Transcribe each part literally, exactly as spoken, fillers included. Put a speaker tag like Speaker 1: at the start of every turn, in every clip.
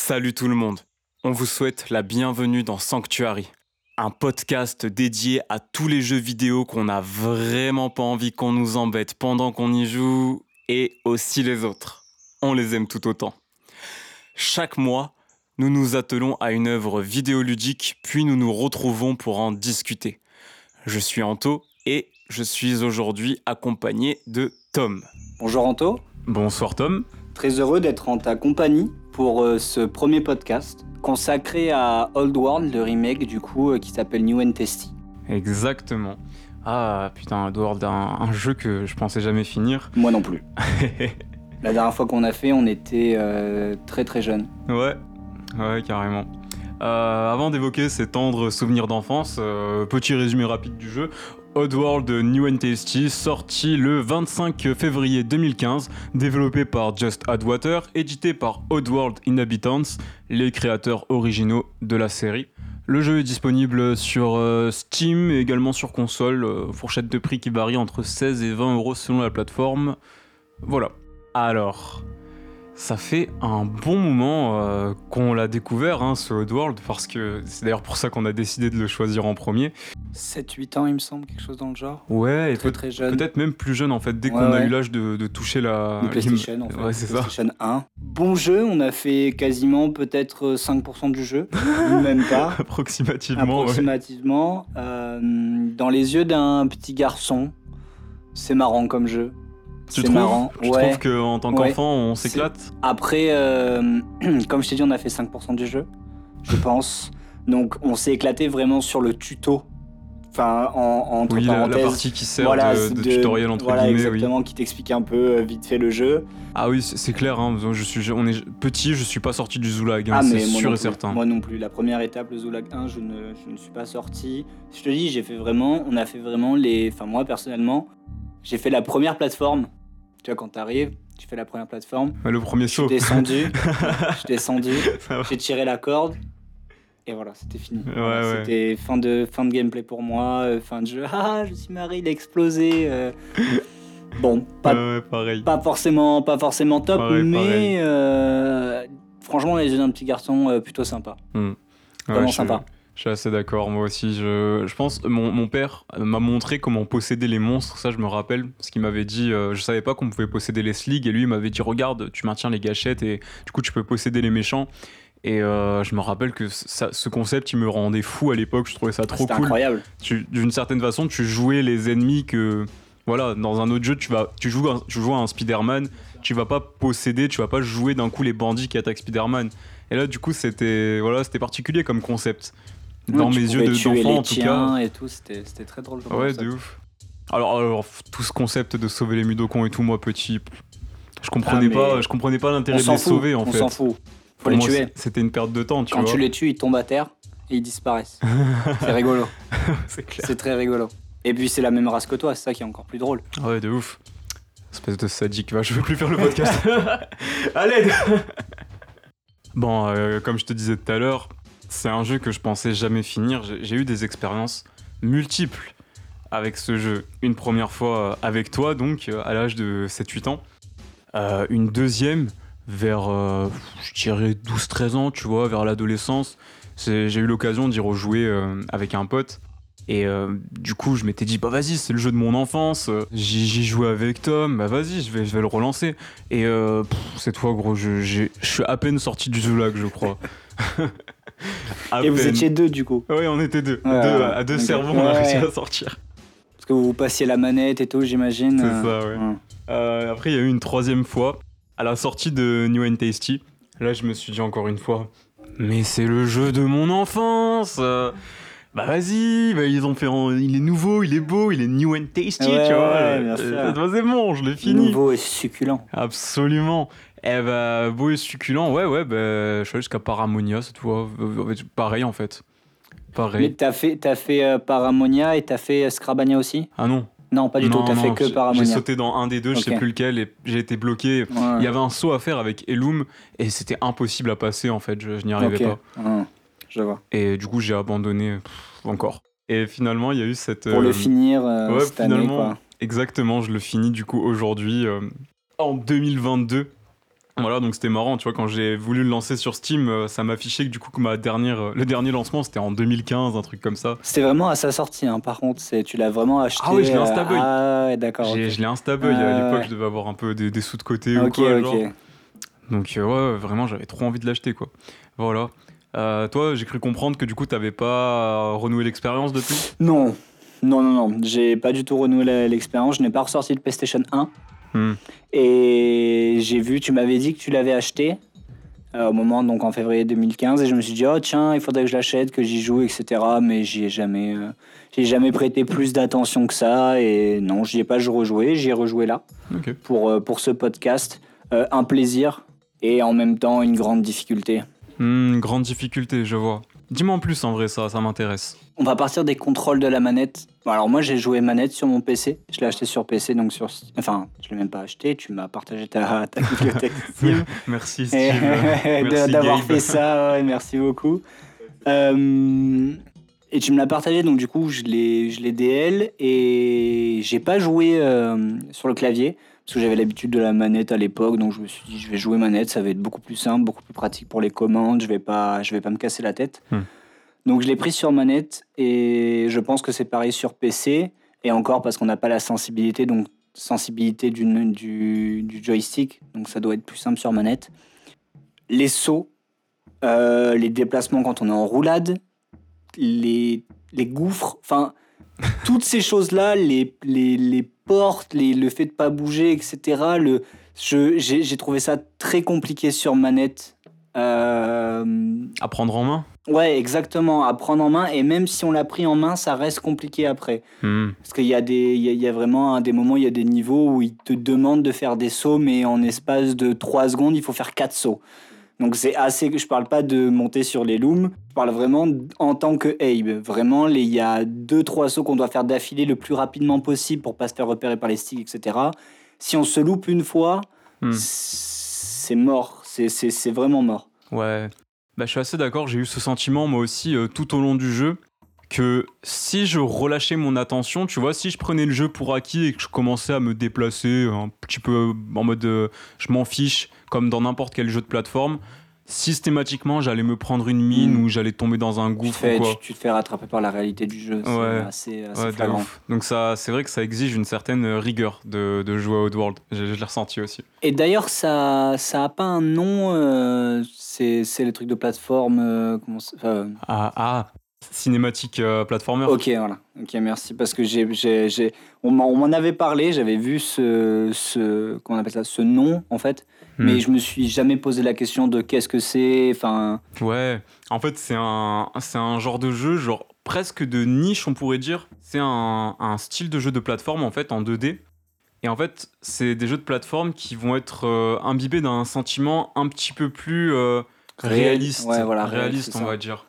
Speaker 1: Salut tout le monde, on vous souhaite la bienvenue dans Sanctuary, un podcast dédié à tous les jeux vidéo qu'on n'a vraiment pas envie qu'on nous embête pendant qu'on y joue, et aussi les autres. On les aime tout autant. Chaque mois, nous nous attelons à une œuvre vidéoludique, puis nous nous retrouvons pour en discuter. Je suis Anto et je suis aujourd'hui accompagné de Tom.
Speaker 2: Bonjour Anto.
Speaker 1: Bonsoir Tom.
Speaker 2: Très heureux d'être en ta compagnie pour euh, ce premier podcast consacré à Old World, le remake du coup euh, qui s'appelle New and Tasty.
Speaker 1: Exactement. Ah putain, Old World, un, un jeu que je pensais jamais finir.
Speaker 2: Moi non plus. La dernière fois qu'on a fait, on était euh, très très jeunes.
Speaker 1: Ouais, ouais carrément. Euh, avant d'évoquer ces tendres souvenirs d'enfance, euh, petit résumé rapide du jeu. Oddworld New and Tasty, sorti le vingt-cinq février deux mille quinze, développé par Just Add Water, édité par Oddworld Inhabitants, les créateurs originaux de la série. Le jeu est disponible sur euh, Steam et également sur console, euh, fourchette de prix qui varie entre seize et vingt euros selon la plateforme. Voilà. Alors, ça fait un bon moment euh, qu'on l'a découvert, hein, ce Oddworld, parce que c'est d'ailleurs pour ça qu'on a décidé de le choisir en premier.
Speaker 2: sept huit ans il me semble, quelque chose dans le genre.
Speaker 1: Ouais, et
Speaker 2: Très
Speaker 1: peut-
Speaker 2: très jeune.
Speaker 1: peut-être même plus jeune en fait, dès
Speaker 2: Ouais,
Speaker 1: qu'on a
Speaker 2: ouais.
Speaker 1: eu l'âge de, de toucher la...
Speaker 2: Une PlayStation en fait.
Speaker 1: Ouais, c'est ça.
Speaker 2: PlayStation un. Bon jeu, on a fait quasiment peut-être cinq pour cent du jeu, ou même pas.
Speaker 1: Approximativement, ouais.
Speaker 2: Approximativement. Euh, dans les yeux d'un petit garçon, c'est marrant comme jeu.
Speaker 1: Tu
Speaker 2: c'est
Speaker 1: trouves
Speaker 2: marrant.
Speaker 1: Je
Speaker 2: ouais.
Speaker 1: trouve qu'en tant
Speaker 2: Ouais.
Speaker 1: qu'enfant, on s'éclate.
Speaker 2: Après, euh, comme je t'ai dit, on a fait cinq pour cent du jeu, je pense. Donc on s'est éclaté vraiment sur le tuto. Enfin, en, entre
Speaker 1: Oui, la, la
Speaker 2: parenthèses.
Speaker 1: partie qui sert
Speaker 2: Voilà,
Speaker 1: de, de
Speaker 2: de-
Speaker 1: tutoriel entre
Speaker 2: voilà,
Speaker 1: guillemets, oui.
Speaker 2: exactement, qui t'explique un peu euh, vite fait le jeu.
Speaker 1: Ah oui, c'est, c'est clair, hein, je suis, on est petit, je suis pas sorti du Zoulag, hein,
Speaker 2: Ah,
Speaker 1: c'est
Speaker 2: mais moi
Speaker 1: sûr
Speaker 2: non
Speaker 1: et
Speaker 2: plus.
Speaker 1: certain.
Speaker 2: Moi non plus. La première étape, le Zoulag un, je ne, je ne suis pas sorti. Je te dis, j'ai fait vraiment, on a fait vraiment les. Enfin, moi personnellement, j'ai fait la première plateforme. Tu vois, quand t'arrives, tu fais la première plateforme.
Speaker 1: Ouais, le premier
Speaker 2: Je suis
Speaker 1: saut.
Speaker 2: descendu, je suis descendu,
Speaker 1: Ça va.
Speaker 2: j'ai tiré la corde, et voilà, c'était fini.
Speaker 1: Ouais,
Speaker 2: Voilà,
Speaker 1: ouais.
Speaker 2: C'était fin de, fin de gameplay pour moi, euh, fin de jeu. Ah, je suis marré, il a explosé. euh. Bon, pas,
Speaker 1: Ouais, ouais, pareil.
Speaker 2: pas, forcément, pas forcément top,
Speaker 1: Pareil,
Speaker 2: mais
Speaker 1: pareil.
Speaker 2: euh, franchement, les yeux d'un petit garçon, euh, plutôt sympa.
Speaker 1: Hmm. Ouais,
Speaker 2: Vraiment
Speaker 1: je,
Speaker 2: sympa.
Speaker 1: je suis assez d'accord, moi aussi. Je, je pense, mon, mon père m'a montré comment posséder les monstres, ça je me rappelle, parce qu'il m'avait dit, euh, je savais pas qu'on pouvait posséder les sligs, et lui il m'avait dit, regarde, tu maintiens les gâchettes, et du coup tu peux posséder les méchants. Et euh, je me rappelle que ça, ce concept, il me rendait fou à l'époque, je trouvais ça trop
Speaker 2: C'était
Speaker 1: cool.
Speaker 2: incroyable.
Speaker 1: Tu, d'une certaine façon, tu jouais les ennemis que... Voilà, dans un autre jeu, tu, vas, tu, joues, un, tu joues à un Spider-Man, tu vas pas posséder, tu vas pas jouer d'un coup les bandits qui attaquent Spider-Man. Et là, du coup, c'était, voilà, c'était particulier comme concept. Dans
Speaker 2: Ouais, tu
Speaker 1: mes yeux
Speaker 2: pouvais
Speaker 1: de,
Speaker 2: tuer
Speaker 1: d'enfant,
Speaker 2: les
Speaker 1: en tout cas.
Speaker 2: tiens et tout, c'était, c'était très drôle. comme
Speaker 1: Ouais,
Speaker 2: concept.
Speaker 1: de ouf. Alors, alors, tout ce concept de sauver les Mudokons et tout, moi, petit, je comprenais,
Speaker 2: Ah, mais
Speaker 1: pas, je comprenais pas l'intérêt
Speaker 2: On
Speaker 1: de
Speaker 2: s'en
Speaker 1: les
Speaker 2: fout,
Speaker 1: sauver, en
Speaker 2: on
Speaker 1: fait.
Speaker 2: s'en fout. Faut
Speaker 1: Pour
Speaker 2: les
Speaker 1: moi,
Speaker 2: tuer.
Speaker 1: c'est- c'était une perte de temps, tu
Speaker 2: Quand
Speaker 1: vois.
Speaker 2: tu les tues, ils tombent à terre et ils disparaissent. C'est rigolo.
Speaker 1: C'est clair.
Speaker 2: C'est très rigolo. Et puis c'est la même race que toi, c'est ça qui est encore plus drôle.
Speaker 1: Ouais, de ouf. Espèce de sadique, va, je veux plus faire le podcast. Allez. Bon, euh, comme je te disais tout à l'heure, c'est un jeu que je pensais jamais finir. J'ai, j'ai eu des expériences multiples avec ce jeu. Une première fois euh, avec toi, donc, euh, à l'âge de sept huit ans. Euh, une deuxième vers, euh, je dirais, douze treize ans, tu vois, vers l'adolescence. C'est- j'ai eu l'occasion d'y rejouer euh, avec un pote. Et euh, du coup, je m'étais dit, bah vas-y, c'est le jeu de mon enfance. euh, J'y, j'y jouais avec Tom, bah vas-y, je vais, je vais le relancer. Et euh, pff, cette fois, gros, je, j'ai- je suis à peine sorti du Zoulag, je crois. À
Speaker 2: Et vous
Speaker 1: peine.
Speaker 2: étiez deux du coup.
Speaker 1: Ouais, on était deux.
Speaker 2: Ouais,
Speaker 1: Deux,
Speaker 2: ouais.
Speaker 1: à deux
Speaker 2: Ok.
Speaker 1: cerveaux, on a
Speaker 2: Ouais.
Speaker 1: réussi à sortir.
Speaker 2: Parce que vous vous passiez la manette et tout, j'imagine.
Speaker 1: C'est
Speaker 2: euh,
Speaker 1: ça, ouais. Euh, après, il y a eu une troisième fois, à la sortie de New and Tasty. Là, je me suis dit encore une fois, mais c'est le jeu de mon enfance. euh, Bah vas-y, bah, ils ont fait, en- il est nouveau, il est beau, il est new and tasty,
Speaker 2: Ouais,
Speaker 1: tu vois.
Speaker 2: ouais, bien
Speaker 1: euh,
Speaker 2: sûr.
Speaker 1: euh, bah, c'est bon, je l'ai fini.
Speaker 2: Nouveau et succulent.
Speaker 1: Absolument. Eh bah, beau et succulent, ouais, ouais, bah, je suis allé jusqu'à Paramonia, cette fois. Euh, en fait, Pareil, en fait.
Speaker 2: Mais
Speaker 1: Pareil.
Speaker 2: t'as fait, t'as fait euh, Paramonia et t'as fait euh, Scrabania aussi?
Speaker 1: Ah non.
Speaker 2: Non, pas du
Speaker 1: non,
Speaker 2: tout, t'as
Speaker 1: non,
Speaker 2: fait que
Speaker 1: j'ai-
Speaker 2: Paramonia.
Speaker 1: J'ai sauté dans un des deux, je sais
Speaker 2: Ok.
Speaker 1: plus lequel, et j'ai été bloqué.
Speaker 2: Ouais.
Speaker 1: Il y avait un saut à faire avec Elum, et c'était impossible à passer, en fait, je, je n'y arrivais
Speaker 2: Ok.
Speaker 1: pas.
Speaker 2: Ouais, je vois.
Speaker 1: Et du coup, j'ai abandonné pff, encore. Et finalement, il y a eu cette...
Speaker 2: Pour
Speaker 1: euh,
Speaker 2: le finir euh,
Speaker 1: ouais,
Speaker 2: cette année,
Speaker 1: finalement,
Speaker 2: quoi.
Speaker 1: exactement, je le finis du coup aujourd'hui, euh, en deux mille vingt-deux, Voilà, donc c'était marrant, tu vois, quand j'ai voulu le lancer sur Steam, euh, ça m'affichait que du coup que ma dernière, euh, le dernier lancement c'était en deux mille quinze, un truc comme ça.
Speaker 2: C'était vraiment à sa sortie, hein, par contre. C'est, tu l'as vraiment acheté.
Speaker 1: Ah oui, je l'ai
Speaker 2: euh,
Speaker 1: instabuy.
Speaker 2: Ah, ouais, d'accord.
Speaker 1: J'ai,
Speaker 2: ok.
Speaker 1: je l'ai instabuy, à
Speaker 2: Euh,
Speaker 1: l'époque
Speaker 2: ouais.
Speaker 1: je devais avoir un peu des, des sous de côté ou
Speaker 2: Ok,
Speaker 1: quoi,
Speaker 2: ok.
Speaker 1: genre. Donc euh, ouais, vraiment j'avais trop envie de l'acheter quoi. Voilà. Euh, toi, j'ai cru comprendre que du coup t'avais pas renoué l'expérience depuis.
Speaker 2: Non, non, non, non. J'ai pas du tout renoué la- l'expérience. Je n'ai pas ressorti le PlayStation un.
Speaker 1: Hmm.
Speaker 2: Et j'ai vu, tu m'avais dit que tu l'avais acheté euh, au moment, donc en février deux mille quinze. Et je me suis dit, oh tiens, il faudrait que je l'achète, que j'y joue, et cetera. Mais j'y ai jamais, euh, j'ai jamais prêté plus d'attention que ça. Et non, j'y ai pas rejoué. J'y ai rejoué là
Speaker 1: Ok.
Speaker 2: pour, euh, pour ce podcast. Euh, un plaisir et en même temps une grande difficulté.
Speaker 1: Hmm, grande difficulté, je vois. Dis-moi en plus en vrai, ça, ça m'intéresse.
Speaker 2: On va partir des contrôles de la manette. Bon, alors moi j'ai joué manette sur mon P C. Je l'ai acheté sur P C, donc sur... Enfin, je l'ai même pas acheté. Tu m'as partagé ta, ta bibliothèque Steam.
Speaker 1: Merci
Speaker 2: Et-
Speaker 1: Steve. Merci
Speaker 2: d'avoir
Speaker 1: Gabe.
Speaker 2: fait ça, ouais, merci beaucoup. Euh, et tu me l'as partagé, donc du coup je l'ai, je l'ai D L et j'ai pas joué euh, sur le clavier parce que j'avais l'habitude de la manette à l'époque, donc je me suis dit je vais jouer manette, ça va être beaucoup plus simple, beaucoup plus pratique pour les commandes, je vais pas, je vais pas me casser la tête.
Speaker 1: Hmm.
Speaker 2: Donc je l'ai pris sur manette et je pense que c'est pareil sur P C et encore parce qu'on n'a pas la sensibilité, donc sensibilité du, du, du joystick, donc ça doit être plus simple sur manette. Les sauts, euh, les déplacements quand on est en roulade, les, les gouffres, enfin, toutes ces choses-là, les, les, les portes, les, le fait de pas bouger, et cetera. Le, je, j'ai, j'ai trouvé ça très compliqué sur manette. Euh,
Speaker 1: À prendre en main.
Speaker 2: ouais, exactement, à prendre en main. Et même si on l'a pris en main, ça reste compliqué après.
Speaker 1: Hmm.
Speaker 2: Parce qu'il y a, des, il y a, il y a vraiment hein, des moments, il y a des niveaux où ils te demandent de faire des sauts, mais en espace de trois secondes, il faut faire quatre sauts. Donc c'est assez... Je parle pas de monter sur les looms, je parle vraiment en tant que Abe. Vraiment, les- il y a deux trois sauts qu'on doit faire d'affilée le plus rapidement possible pour pas se faire repérer par les sticks, et cetera. Si on se loupe une fois,
Speaker 1: Hmm.
Speaker 2: c'est mort. C'est, c'est, c'est vraiment mort.
Speaker 1: Ouais. Bah, je suis assez d'accord, j'ai eu ce sentiment moi aussi euh, tout au long du jeu que si je relâchais mon attention, tu vois, si je prenais le jeu pour acquis et que je commençais à me déplacer un petit peu en mode euh, je m'en fiche comme dans n'importe quel jeu de plateforme, systématiquement j'allais me prendre une mine
Speaker 2: Mm.
Speaker 1: ou j'allais tomber dans un
Speaker 2: Tu te,
Speaker 1: gouffre
Speaker 2: fais,
Speaker 1: ou quoi.
Speaker 2: tu, tu te fais rattraper par la réalité du jeu. C'est
Speaker 1: Ouais.
Speaker 2: assez, assez
Speaker 1: Ouais, de
Speaker 2: flagrant.
Speaker 1: ouf. Donc ça, c'est vrai que ça exige une certaine euh, rigueur de, de jouer à Oddworld. Je, je l'ai ressenti aussi.
Speaker 2: Et d'ailleurs, ça, ça a pas un nom. euh, c'est, c'est les trucs de plateforme. euh, comment ça- enfin,
Speaker 1: Ah, ah cinématique euh, platformer.
Speaker 2: Ok, voilà. Ok, merci. Parce que j'ai, j'ai, j'ai... On, m'en, on m'en avait parlé, j'avais vu ce, ce, comment on appelle ça, ce nom, en fait.
Speaker 1: Hmm.
Speaker 2: Mais je me suis jamais posé la question de qu'est-ce que c'est. Enfin,
Speaker 1: Ouais, en fait, c'est un, c'est un genre de jeu, genre presque de niche, on pourrait dire. C'est un, un style de jeu de plateforme, en fait, en deux D. Et en fait, c'est des jeux de plateforme qui vont être euh, imbibés d'un sentiment un petit peu plus euh,
Speaker 2: Réel-
Speaker 1: réaliste.
Speaker 2: ouais, voilà, réel,
Speaker 1: réaliste,
Speaker 2: c'est
Speaker 1: on
Speaker 2: ça.
Speaker 1: va dire.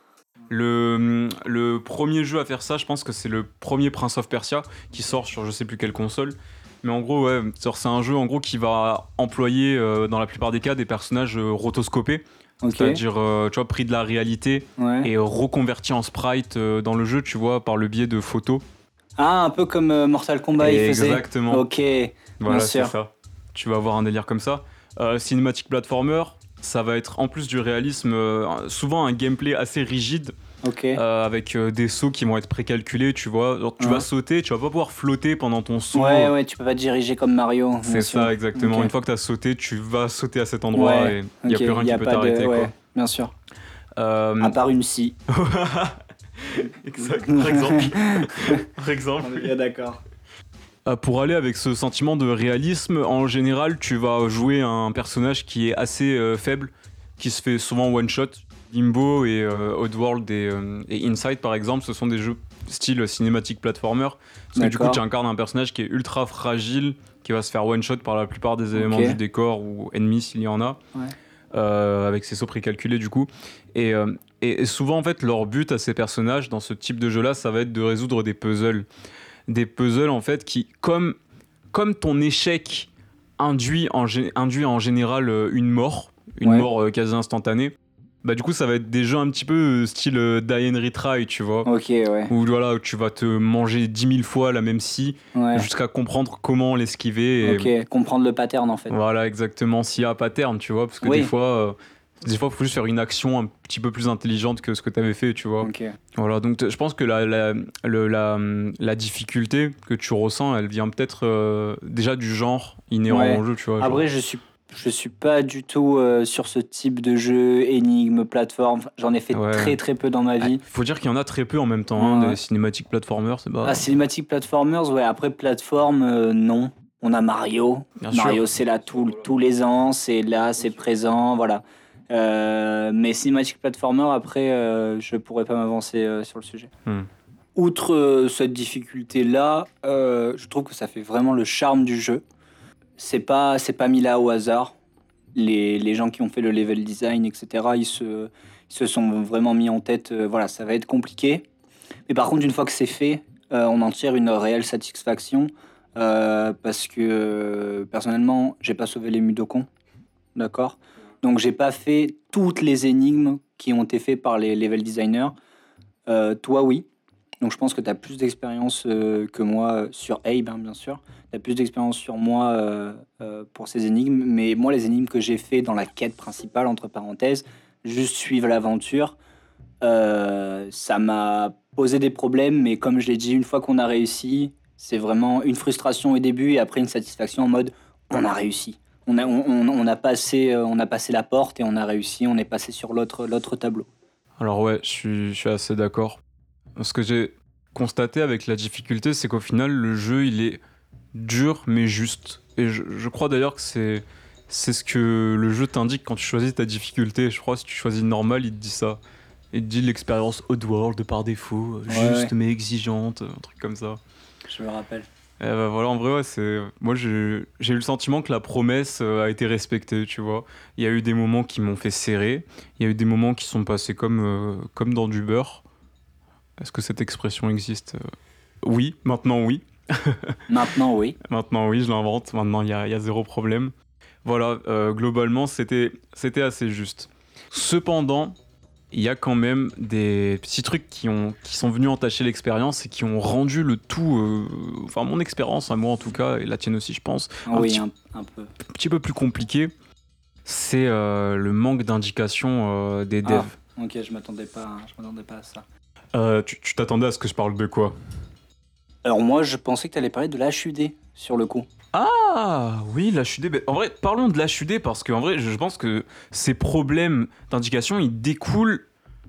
Speaker 1: Le, le premier jeu à faire ça, je pense que c'est le premier Prince of Persia qui sort sur je sais plus quelle console. Mais en gros, ouais, genre, c'est un jeu en gros qui va employer euh, dans la plupart des cas des personnages euh, rotoscopés,
Speaker 2: ok.
Speaker 1: c'est-à-dire euh, tu vois, pris de la réalité
Speaker 2: Ouais.
Speaker 1: et reconvertis en sprite euh, dans le jeu, tu vois, par le biais de photos.
Speaker 2: Ah, un peu comme euh, Mortal Kombat, il faisait.
Speaker 1: Exactement.
Speaker 2: Ok.
Speaker 1: Voilà,
Speaker 2: bien
Speaker 1: c'est
Speaker 2: sûr.
Speaker 1: ça. Tu vas avoir un délire comme ça. Euh, Cinematic Platformer, ça va être en plus du réalisme, euh, souvent un gameplay assez rigide,
Speaker 2: Ok.
Speaker 1: euh, avec euh, des sauts qui vont être précalculés, tu vois. Genre, tu
Speaker 2: Ouais.
Speaker 1: vas sauter, tu vas pas pouvoir flotter pendant ton saut.
Speaker 2: Ouais, ouais, tu peux pas te diriger comme Mario. bien
Speaker 1: C'est
Speaker 2: sûr.
Speaker 1: ça, exactement.
Speaker 2: Ok.
Speaker 1: Une fois que tu as sauté, tu vas sauter à cet endroit
Speaker 2: Ouais,
Speaker 1: et il n'y a
Speaker 2: ok,
Speaker 1: plus rien
Speaker 2: y
Speaker 1: qui
Speaker 2: a
Speaker 1: peut
Speaker 2: pas de-
Speaker 1: t'arrêter.
Speaker 2: ouais,
Speaker 1: Quoi.
Speaker 2: bien sûr.
Speaker 1: Euh,
Speaker 2: À part une scie.
Speaker 1: exact, par exemple. par exemple.
Speaker 2: On est bien d'accord.
Speaker 1: Euh, pour aller avec ce sentiment de réalisme, en général, tu vas jouer un personnage qui est assez euh, faible, qui se fait souvent one-shot. Limbo et euh, Oddworld et, euh, et Inside, par exemple, ce sont des jeux style cinématique platformer. Parce que du coup,
Speaker 2: D'accord.
Speaker 1: tu incarnes un personnage qui est ultra fragile, qui va se faire one-shot par la plupart des éléments
Speaker 2: Ok.
Speaker 1: du décor ou ennemis s'il y en a.
Speaker 2: Ouais.
Speaker 1: Euh, avec ses sauts précalculés du coup. Et, euh, et, et souvent, en fait, leur but à ces personnages, dans ce type de jeu-là, ça va être de résoudre des puzzles. Des puzzles, en fait, qui, comme, comme ton échec induit en, gé- induit en général euh, une mort, une
Speaker 2: Ouais.
Speaker 1: mort euh, quasi instantanée, Bah du coup ça va être des jeux un petit peu euh, style euh, Die and Retry, tu vois.
Speaker 2: Ok, ouais.
Speaker 1: Où voilà, où tu vas te manger dix mille fois la même scie
Speaker 2: Ouais.
Speaker 1: jusqu'à comprendre comment l'esquiver. Et
Speaker 2: Ok, comprendre le pattern en fait.
Speaker 1: voilà, exactement, s'il y a un pattern, tu vois. Parce que
Speaker 2: Oui.
Speaker 1: des fois, euh, des fois, il faut juste faire une action un petit peu plus intelligente que ce que tu avais fait, tu vois.
Speaker 2: Ok.
Speaker 1: Voilà, donc t- je pense que la, la, le- la, la difficulté que tu ressens, elle vient peut-être euh, déjà du genre inhérent
Speaker 2: Ouais.
Speaker 1: au jeu, tu vois. genre.
Speaker 2: Après, je suis, je suis pas du tout euh, sur ce type de jeu, énigme, plateforme. Enfin, j'en ai fait
Speaker 1: Ouais.
Speaker 2: très très peu dans ma vie.
Speaker 1: Faut dire qu'il y en a très peu en même temps, hein,
Speaker 2: Ouais.
Speaker 1: des cinématiques platformers, c'est pas.
Speaker 2: Ah, Cinematic Platformers, ouais. Après, plateforme, euh, non. On a Mario.
Speaker 1: Bien sûr.
Speaker 2: Mario, c'est là tout- tous les ans, c'est là, c'est présent, voilà. Euh, mais Cinematic Platformer, après, euh, je pourrais pas m'avancer euh, sur le sujet.
Speaker 1: Hmm.
Speaker 2: Outre euh, cette difficulté-là, euh, je trouve que ça fait vraiment le charme du jeu. C'est pas, c'est pas mis là au hasard. Les, les gens qui ont fait le level design, et cetera, ils se, ils se sont vraiment mis en tête, euh, voilà, ça va être compliqué. Mais par contre, une fois que c'est fait, euh, on en tire une réelle satisfaction. euh, parce que euh, personnellement, j'ai pas sauvé les Mudokons, d'accord. Donc j'ai pas fait toutes les énigmes qui ont été faites par les level designers. Euh, toi, oui. Donc je pense que tu as plus d'expérience euh, que moi euh, sur Abe, hein, bien sûr. Tu as plus d'expérience sur moi euh, euh, pour ces énigmes. Mais moi, les énigmes que j'ai fait dans la quête principale, entre parenthèses, juste suivre l'aventure, euh, ça m'a posé des problèmes. Mais comme je l'ai dit, une fois qu'on a réussi, c'est vraiment une frustration au début et après une satisfaction en mode on a réussi. On a, on, on- on a passé, euh, on a passé la porte et on a réussi, on est passé sur l'autre, l'autre tableau.
Speaker 1: Alors ouais, je suis, je suis assez d'accord. Ce que j'ai constaté avec la difficulté, c'est qu'au final, le jeu, il est dur mais juste. Et je, je crois d'ailleurs que c'est c'est ce que le jeu t'indique quand tu choisis ta difficulté. Je crois que si tu choisis normal, il te dit ça. Il te dit l'expérience Oddworld par défaut,
Speaker 2: Ouais,
Speaker 1: juste
Speaker 2: ouais.
Speaker 1: mais exigeante, un truc comme ça.
Speaker 2: Je me rappelle.
Speaker 1: Et bah voilà, en vrai, ouais, c'est. Moi, j'ai j'ai eu le sentiment que la promesse euh, a été respectée, tu vois. Il y a eu des moments qui m'ont fait serrer, il y a eu des moments qui sont passés comme, euh, comme dans du beurre. Est-ce que cette expression existe? Euh, Oui, maintenant oui.
Speaker 2: Maintenant, oui.
Speaker 1: Maintenant oui, je l'invente. Maintenant, il y a, il y a zéro problème. Voilà, euh, globalement, c'était c'était assez juste. Cependant, il y a quand même des petits trucs qui, ont, qui sont venus entacher l'expérience et qui ont rendu le tout, euh, enfin mon expérience, à moi en tout cas, et la tienne aussi je pense, un
Speaker 2: Oui,
Speaker 1: petit,
Speaker 2: un, un peu.
Speaker 1: petit peu plus compliqué. C'est euh, le manque d'indication euh, des devs.
Speaker 2: Ah, ok, je m'attendais pas, je m'attendais pas à ça.
Speaker 1: Euh, tu tu t'attendais à ce que je parle de quoi?
Speaker 2: Alors moi, je pensais que tu allais parler de l'H U D sur le coup.
Speaker 1: Ah oui, l'H U D. Ben, en vrai, parlons de l'H U D parce qu'en vrai, je je pense que ces problèmes d'indication, ils découlent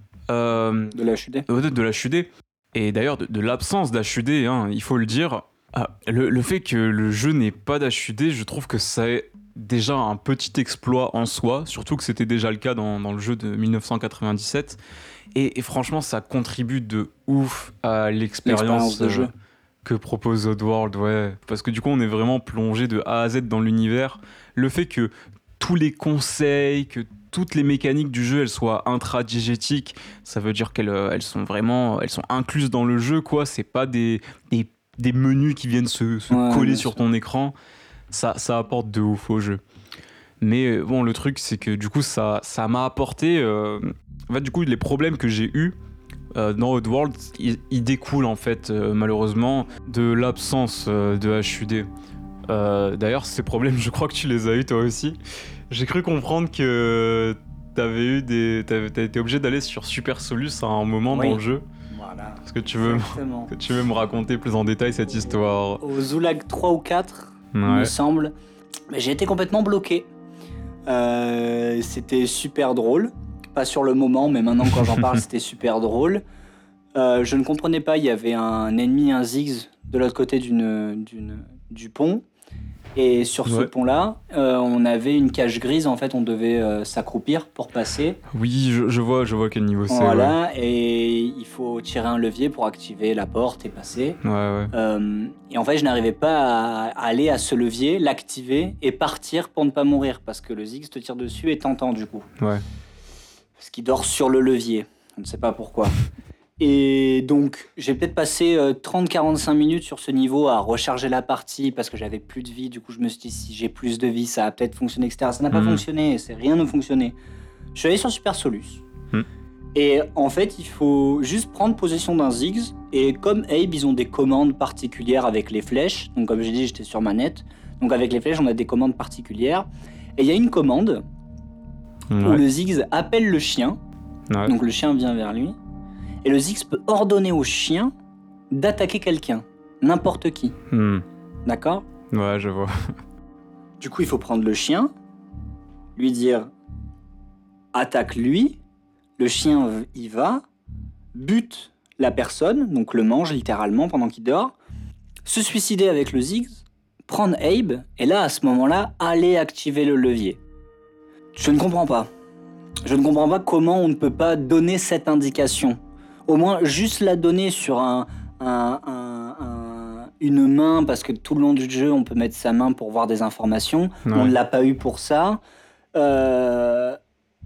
Speaker 1: euh,
Speaker 2: De l'H U D.
Speaker 1: de, de l'H U D. Et d'ailleurs, de, de l'absence d'H U D, hein, il faut le dire. Ah, le, le fait que le jeu n'ait pas d'H U D, je trouve que c'est déjà un petit exploit en soi, surtout que c'était déjà le cas dans, dans le jeu de mille neuf cent quatre-vingt-dix-sept. Et, et franchement, ça contribue de ouf à
Speaker 2: L'expérience
Speaker 1: l'expérience
Speaker 2: de
Speaker 1: euh,
Speaker 2: jeu.
Speaker 1: que propose Oddworld, ouais. Parce que du coup, on est vraiment plongé de A à Z dans l'univers. Le fait que tous les conseils, que toutes les mécaniques du jeu, elles soient intradigétiques, ça veut dire qu'elles euh, elles sont vraiment, elles sont incluses dans le jeu, quoi. C'est pas des, des, des menus qui viennent se, se
Speaker 2: Ouais,
Speaker 1: coller
Speaker 2: bien
Speaker 1: sur
Speaker 2: sûr.
Speaker 1: ton écran. Ça, ça apporte de ouf au jeu. Mais euh, bon, le truc, c'est que du coup, ça, ça m'a apporté. euh, En fait, du coup, les problèmes que j'ai eus euh, dans Oddworld, ils, ils découlent en fait, euh, malheureusement, de l'absence euh, de H U D. Euh, D'ailleurs, ces problèmes, je crois que tu les as eus toi aussi. J'ai cru comprendre que t'avais eu des, t'avais, t'as été obligé d'aller sur Super Solus à un moment
Speaker 2: Oui.
Speaker 1: dans le jeu.
Speaker 2: Voilà.
Speaker 1: Est-ce que tu veux, m-
Speaker 2: Exactement.
Speaker 1: que tu veux me raconter plus en détail cette histoire?
Speaker 2: Au Zoulag trois ou quatre, il
Speaker 1: Ouais.
Speaker 2: me semble, mais j'ai été complètement bloqué. Euh, c'était super drôle. Pas sur le moment, mais maintenant quand j'en parle, c'était super drôle. Euh, je ne comprenais pas, il y avait un ennemi, un Ziggs, de l'autre côté d'une, d'une, du pont. Et sur ce
Speaker 1: Ouais.
Speaker 2: pont-là, euh, on avait une cage grise, en fait, on devait euh, s'accroupir pour passer.
Speaker 1: Oui, je, je vois, je vois quel niveau c'est.
Speaker 2: Voilà, et il faut tirer un levier pour activer la porte et passer.
Speaker 1: Ouais, ouais. ouais.
Speaker 2: Euh, et en fait, je n'arrivais pas à, à aller à ce levier, l'activer et partir pour ne pas mourir, parce que le Ziggs te tire dessus et t'entend du coup.
Speaker 1: Ouais.
Speaker 2: Parce qu'il dort sur le levier, on ne sait pas pourquoi. Et donc, j'ai peut-être passé euh, trente à quarante-cinq minutes sur ce niveau à recharger la partie parce que j'avais plus de vie. Du coup, je me suis dit, si j'ai plus de vie, ça va peut-être fonctionner, et cetera. Ça n'a pas
Speaker 1: Mhm.
Speaker 2: fonctionné, c'est rien n'a fonctionné. Je suis allé sur Super Solus.
Speaker 1: Hmm.
Speaker 2: Et en fait, il faut juste prendre possession d'un Ziggs. Et comme Abe, ils ont des commandes particulières avec les flèches. Donc comme j'ai dit, j'étais sur manette. Donc avec les flèches, on a des commandes particulières. Et il y a une commande
Speaker 1: Ouais.
Speaker 2: où le Ziggs appelle le chien.
Speaker 1: Ouais.
Speaker 2: Donc le chien vient vers lui. Et le Ziggs peut ordonner au chien d'attaquer quelqu'un. N'importe qui.
Speaker 1: Hmm.
Speaker 2: D'accord ?
Speaker 1: Ouais, je vois.
Speaker 2: Du coup, il faut prendre le chien, lui dire attaque lui. Le chien y va, bute la personne, donc le mange littéralement pendant qu'il dort, se suicider avec le Ziggs, prendre Abe, et là, à ce moment-là, aller activer le levier. Je ne comprends pas. Je ne comprends pas comment on ne peut pas donner cette indication. Au moins, juste la donner sur un, un, un, un, une main, parce que tout le long du jeu, on peut mettre sa main pour voir des informations.
Speaker 1: Ouais.
Speaker 2: On ne l'a pas eu pour ça. Euh...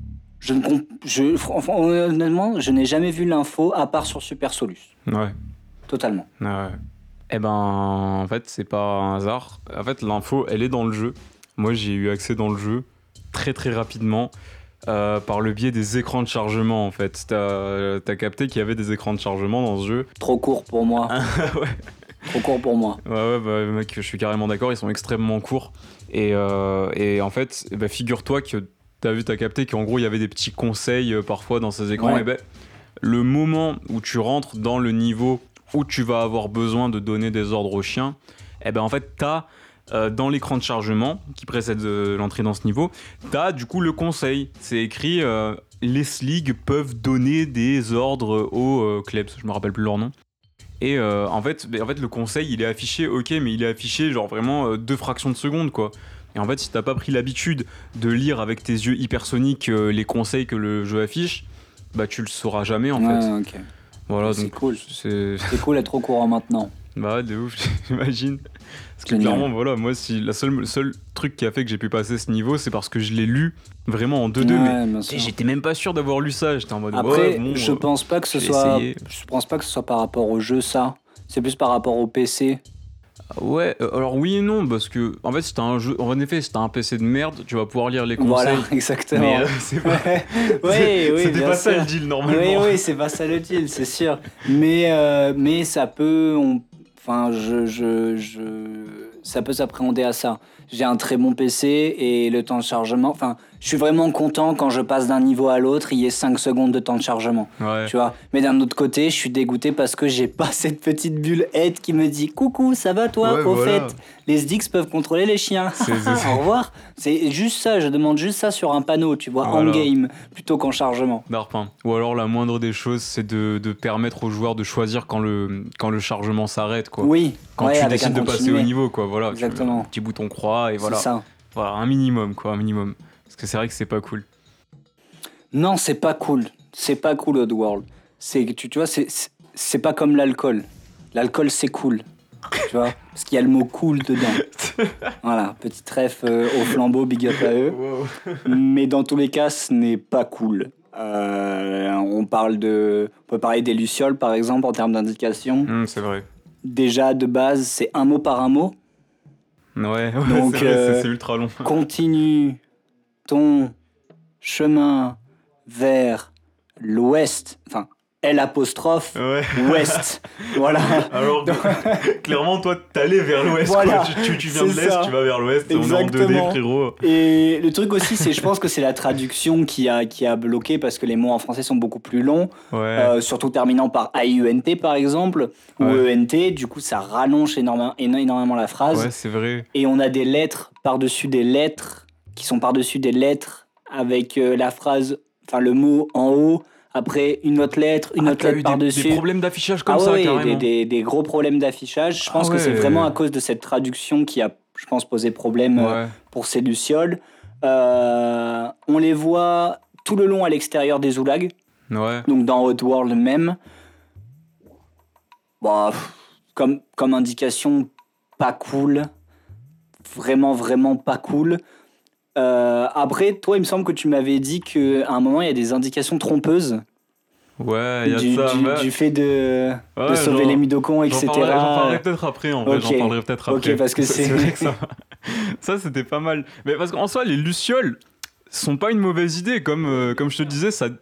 Speaker 2: Je ne comp... je... Enfin, honnêtement, je n'ai jamais vu l'info à part sur Super Solus.
Speaker 1: Ouais.
Speaker 2: Totalement.
Speaker 1: Ouais. Eh ben, en fait, c'est pas un hasard. En fait, l'info, elle est dans le jeu. Moi, j'ai eu accès dans le jeu très très rapidement euh, par le biais des écrans de chargement, en fait. T'as, t'as capté qu'il y avait des écrans de chargement dans ce jeu.
Speaker 2: Trop court pour moi.
Speaker 1: Ouais.
Speaker 2: Trop court pour moi.
Speaker 1: Ouais, ouais, bah, mec, je suis carrément d'accord. Ils sont extrêmement courts. Et, euh, et en fait, bah, figure-toi que t'as vu, t'as capté qu'en gros, il y avait des petits conseils euh, parfois dans ces écrans.
Speaker 2: Ouais.
Speaker 1: Et ben, le moment où tu rentres dans le niveau où tu vas avoir besoin de donner des ordres au chien, et ben en fait, t'as euh, dans l'écran de chargement qui précède euh, l'entrée dans ce niveau, t'as du coup le conseil. C'est écrit euh, les Slig peuvent donner des ordres aux euh, Klebs, je me rappelle plus leur nom. Et euh, en, fait, en fait, le conseil, il est affiché, ok, mais il est affiché genre vraiment euh, deux fractions de seconde, quoi. Et en fait, si t'as pas pris l'habitude de lire avec tes yeux hypersoniques euh, les conseils que le jeu affiche, bah tu le sauras jamais, en
Speaker 2: ouais,
Speaker 1: fait.
Speaker 2: ok.
Speaker 1: Voilà,
Speaker 2: C'est
Speaker 1: donc
Speaker 2: cool.
Speaker 1: c'est...
Speaker 2: C'est cool d'être au courant maintenant.
Speaker 1: Bah ouais, de ouf, j'imagine. Parce que
Speaker 2: Génial.
Speaker 1: clairement, voilà, moi, si la seule, le seul truc qui a fait que j'ai pu passer ce niveau, c'est parce que je l'ai lu vraiment en deux deux,
Speaker 2: Ouais,
Speaker 1: mais
Speaker 2: bien
Speaker 1: tu sais,
Speaker 2: sûr.
Speaker 1: j'étais même pas sûr d'avoir lu ça. J'étais en mode,
Speaker 2: Après,
Speaker 1: ouais, bon,
Speaker 2: je
Speaker 1: euh,
Speaker 2: pense pas que ce
Speaker 1: je vais
Speaker 2: soit.
Speaker 1: essayer.
Speaker 2: Je pense pas que ce soit par rapport au jeu, ça. C'est plus par rapport au P C.
Speaker 1: Ouais, euh, alors oui et non, parce que en fait, si t'as un jeu, en effet, si t'as un P C de merde, tu vas pouvoir lire les conseils.
Speaker 2: Voilà, exactement.
Speaker 1: Mais euh, c'est pas.
Speaker 2: Ouais, oui, oui,
Speaker 1: C'était
Speaker 2: bien
Speaker 1: pas ça
Speaker 2: sûr.
Speaker 1: le deal
Speaker 2: Oui,
Speaker 1: normalement.
Speaker 2: oui, c'est pas ça le deal, c'est sûr. Mais, euh, mais ça peut, on- enfin, je, je, je, ça peut s'appréhender à ça. J'ai un très bon P C et le temps de chargement. Enfin, je suis vraiment content quand je passe d'un niveau à l'autre, il y ait cinq secondes de temps de chargement.
Speaker 1: Ouais.
Speaker 2: Tu vois. Mais d'un autre côté, je suis dégoûté parce que j'ai pas cette petite bulle aide qui me dit coucou, ça va toi?
Speaker 1: Ouais,
Speaker 2: Au
Speaker 1: voilà.
Speaker 2: fait, les Sdix peuvent contrôler les chiens.
Speaker 1: C'est- c'est- c'est-
Speaker 2: Au revoir. C'est juste ça. Je demande juste ça sur un panneau, tu vois,
Speaker 1: Voilà.
Speaker 2: en game plutôt qu'en chargement.
Speaker 1: Darpin. Ou alors la moindre des choses, c'est de, de permettre aux joueurs de choisir quand le, quand le chargement s'arrête, quoi.
Speaker 2: Oui.
Speaker 1: Quand
Speaker 2: ouais,
Speaker 1: tu
Speaker 2: avec
Speaker 1: décides
Speaker 2: un
Speaker 1: de passer
Speaker 2: continué.
Speaker 1: au niveau, quoi. Voilà. Tu
Speaker 2: Exactement.
Speaker 1: mets un petit bouton croix et voilà.
Speaker 2: C'est ça.
Speaker 1: Voilà, un minimum, quoi, un minimum. Parce que c'est vrai que c'est pas cool.
Speaker 2: Non, c'est pas cool. C'est pas cool, Oddworld. C'est, tu, tu vois, c'est, c'est, c'est pas comme l'alcool. L'alcool, c'est cool. Tu vois, parce qu'il y a le mot cool dedans. Voilà, petit ref euh, au flambeau, big up à eux. Mais dans tous les cas, ce n'est pas cool. Euh, on parle de, on peut parler des lucioles, par exemple, en termes d'indication.
Speaker 1: Hum, c'est vrai.
Speaker 2: Déjà, de base, c'est un mot par un mot.
Speaker 1: Ouais, ouais,
Speaker 2: Donc,
Speaker 1: c'est vrai,
Speaker 2: euh,
Speaker 1: c'est, c'est ultra long.
Speaker 2: Continue ton chemin vers l'ouest. Enfin, L apostrophe
Speaker 1: Ouais.
Speaker 2: ouest. Voilà.
Speaker 1: Alors, clairement, toi, t'allais vers l'ouest,
Speaker 2: Voilà,
Speaker 1: quoi. Tu, tu, tu viens de
Speaker 2: c'est
Speaker 1: l'est,
Speaker 2: ça.
Speaker 1: tu vas vers l'ouest, et on est en deux D,
Speaker 2: Exactement.
Speaker 1: frérot.
Speaker 2: Et le truc aussi, c'est, je pense que c'est la traduction qui a, qui a bloqué parce que les mots en français sont beaucoup plus longs,
Speaker 1: Ouais.
Speaker 2: euh, surtout terminant par A I U N T par exemple, ou
Speaker 1: Ouais.
Speaker 2: E N T. Du coup, ça rallonge énormément, énormément la phrase.
Speaker 1: Ouais, c'est vrai.
Speaker 2: Et on a des lettres par-dessus des lettres qui sont par-dessus des lettres avec euh, la phrase, enfin le mot en haut, après une autre lettre, une
Speaker 1: Ah,
Speaker 2: autre
Speaker 1: t'as
Speaker 2: lettre
Speaker 1: eu des,
Speaker 2: par-dessus.
Speaker 1: des problèmes d'affichage comme
Speaker 2: ah
Speaker 1: ça,
Speaker 2: ouais,
Speaker 1: carrément.
Speaker 2: des, des, des gros problèmes d'affichage. Je pense
Speaker 1: Ah
Speaker 2: que c'est
Speaker 1: ouais.
Speaker 2: vraiment à cause de cette traduction qui a, je pense, posé problème euh,
Speaker 1: Ouais.
Speaker 2: pour ces lucioles. Euh, on les voit tout le long à l'extérieur des oulags,
Speaker 1: Ouais.
Speaker 2: donc dans Oddworld même. Bah, pff, comme, comme indication, pas cool. Vraiment, vraiment pas cool. Euh, après, toi, il me semble que tu m'avais dit qu'à un moment, il y a des indications trompeuses
Speaker 1: Ouais, il y a
Speaker 2: du,
Speaker 1: de ça.
Speaker 2: du,
Speaker 1: ouais.
Speaker 2: du fait de,
Speaker 1: Ouais,
Speaker 2: de sauver
Speaker 1: genre,
Speaker 2: les midocons,
Speaker 1: J'en
Speaker 2: et cetera.
Speaker 1: parlerai, j'en parlerai peut-être après, en vrai,
Speaker 2: Ok.
Speaker 1: j'en parlerai peut-être après.
Speaker 2: Ok, parce que c'est-
Speaker 1: vrai que ça, ça c'était pas mal. Mais parce qu'en soi, les lucioles sont pas une mauvaise idée, comme, euh, comme je te disais, ça...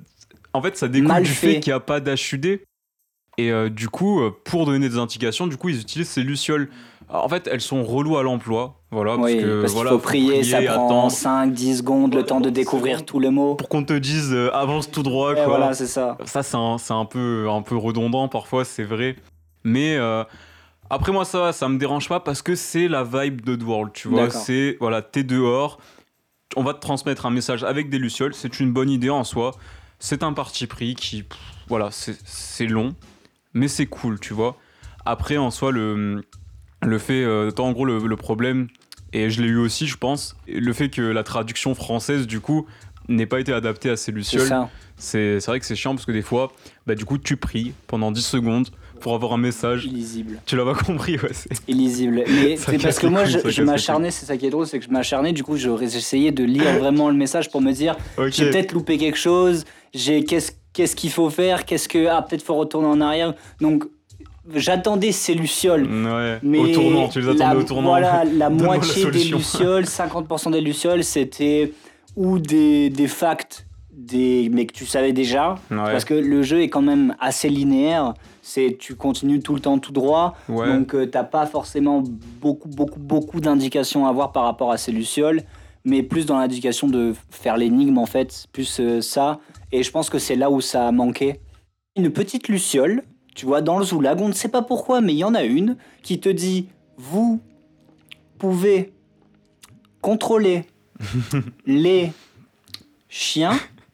Speaker 1: En fait, ça découle
Speaker 2: Mal
Speaker 1: du
Speaker 2: fait.
Speaker 1: fait qu'il n'y a pas d'H U D. Et euh, du coup, euh, pour donner des indications, du coup, ils utilisent ces lucioles. Alors, en fait, elles sont reloues à l'emploi. Voilà, parce
Speaker 2: Oui,
Speaker 1: que
Speaker 2: parce qu'il
Speaker 1: voilà,
Speaker 2: faut prier, ça prend
Speaker 1: attendre.
Speaker 2: cinq dix secondes, le temps de découvrir tous les mots.
Speaker 1: Pour qu'on te dise euh, avance tout droit,
Speaker 2: Et
Speaker 1: quoi.
Speaker 2: voilà, c'est ça.
Speaker 1: Ça, c'est un, c'est un peu, un peu redondant parfois, c'est vrai. Mais euh, après, moi, ça va, ça me dérange pas parce que c'est la vibe d'Oddworld, tu vois.
Speaker 2: D'accord.
Speaker 1: C'est, voilà, t'es dehors, on va te transmettre un message avec des lucioles, c'est une bonne idée en soi. C'est un parti pris qui, pff, voilà, c'est, c'est long, mais c'est cool, tu vois. Après, en soi, le, le fait, euh, en gros, le, le problème, et je l'ai eu aussi, je pense, le fait que la traduction française, du coup, n'ait pas été adaptée à ces
Speaker 2: C'est
Speaker 1: lucioles.
Speaker 2: ça.
Speaker 1: C'est, c'est vrai que c'est chiant parce que des fois, bah, du coup, tu pries pendant dix secondes pour avoir un message.
Speaker 2: Illisible.
Speaker 1: Tu l'as pas compris, ouais. C'est...
Speaker 2: Illisible. Mais
Speaker 1: Ça
Speaker 2: c'est
Speaker 1: casse
Speaker 2: parce que
Speaker 1: les
Speaker 2: moi,
Speaker 1: couilles,
Speaker 2: je,
Speaker 1: ça
Speaker 2: je
Speaker 1: casse les
Speaker 2: m'acharnais, c'est ça qui est drôle, c'est que je m'acharnais, du coup, j'aurais essayé de lire vraiment le message pour me dire,
Speaker 1: Ok.
Speaker 2: j'ai peut-être loupé quelque chose, j'ai qu'est-ce, qu'est-ce qu'il faut faire, qu'est-ce que... Ah, peut-être faut retourner en arrière. Donc, j'attendais ces lucioles.
Speaker 1: Ouais.
Speaker 2: Mais
Speaker 1: Au tournant, tu les attendais
Speaker 2: la,
Speaker 1: au tournant.
Speaker 2: Voilà, la
Speaker 1: Donne-moi la
Speaker 2: moitié des
Speaker 1: solution.
Speaker 2: lucioles, cinquante pour cent des lucioles, c'était ou des, des facts, des, mais que tu savais déjà.
Speaker 1: Ouais.
Speaker 2: Parce que le jeu est quand même assez linéaire. C'est, tu continues tout le temps tout droit.
Speaker 1: Ouais.
Speaker 2: Donc euh, t'as pas forcément beaucoup, beaucoup, beaucoup d'indications à avoir par rapport à ces lucioles. Mais plus dans l'indication de faire l'énigme en fait. Plus euh, ça. Et je pense que c'est là où ça a manqué. Une petite luciole. Tu vois, dans le Zoulag, on ne sait pas pourquoi, mais il y en a une qui te dit vous pouvez contrôler les chiens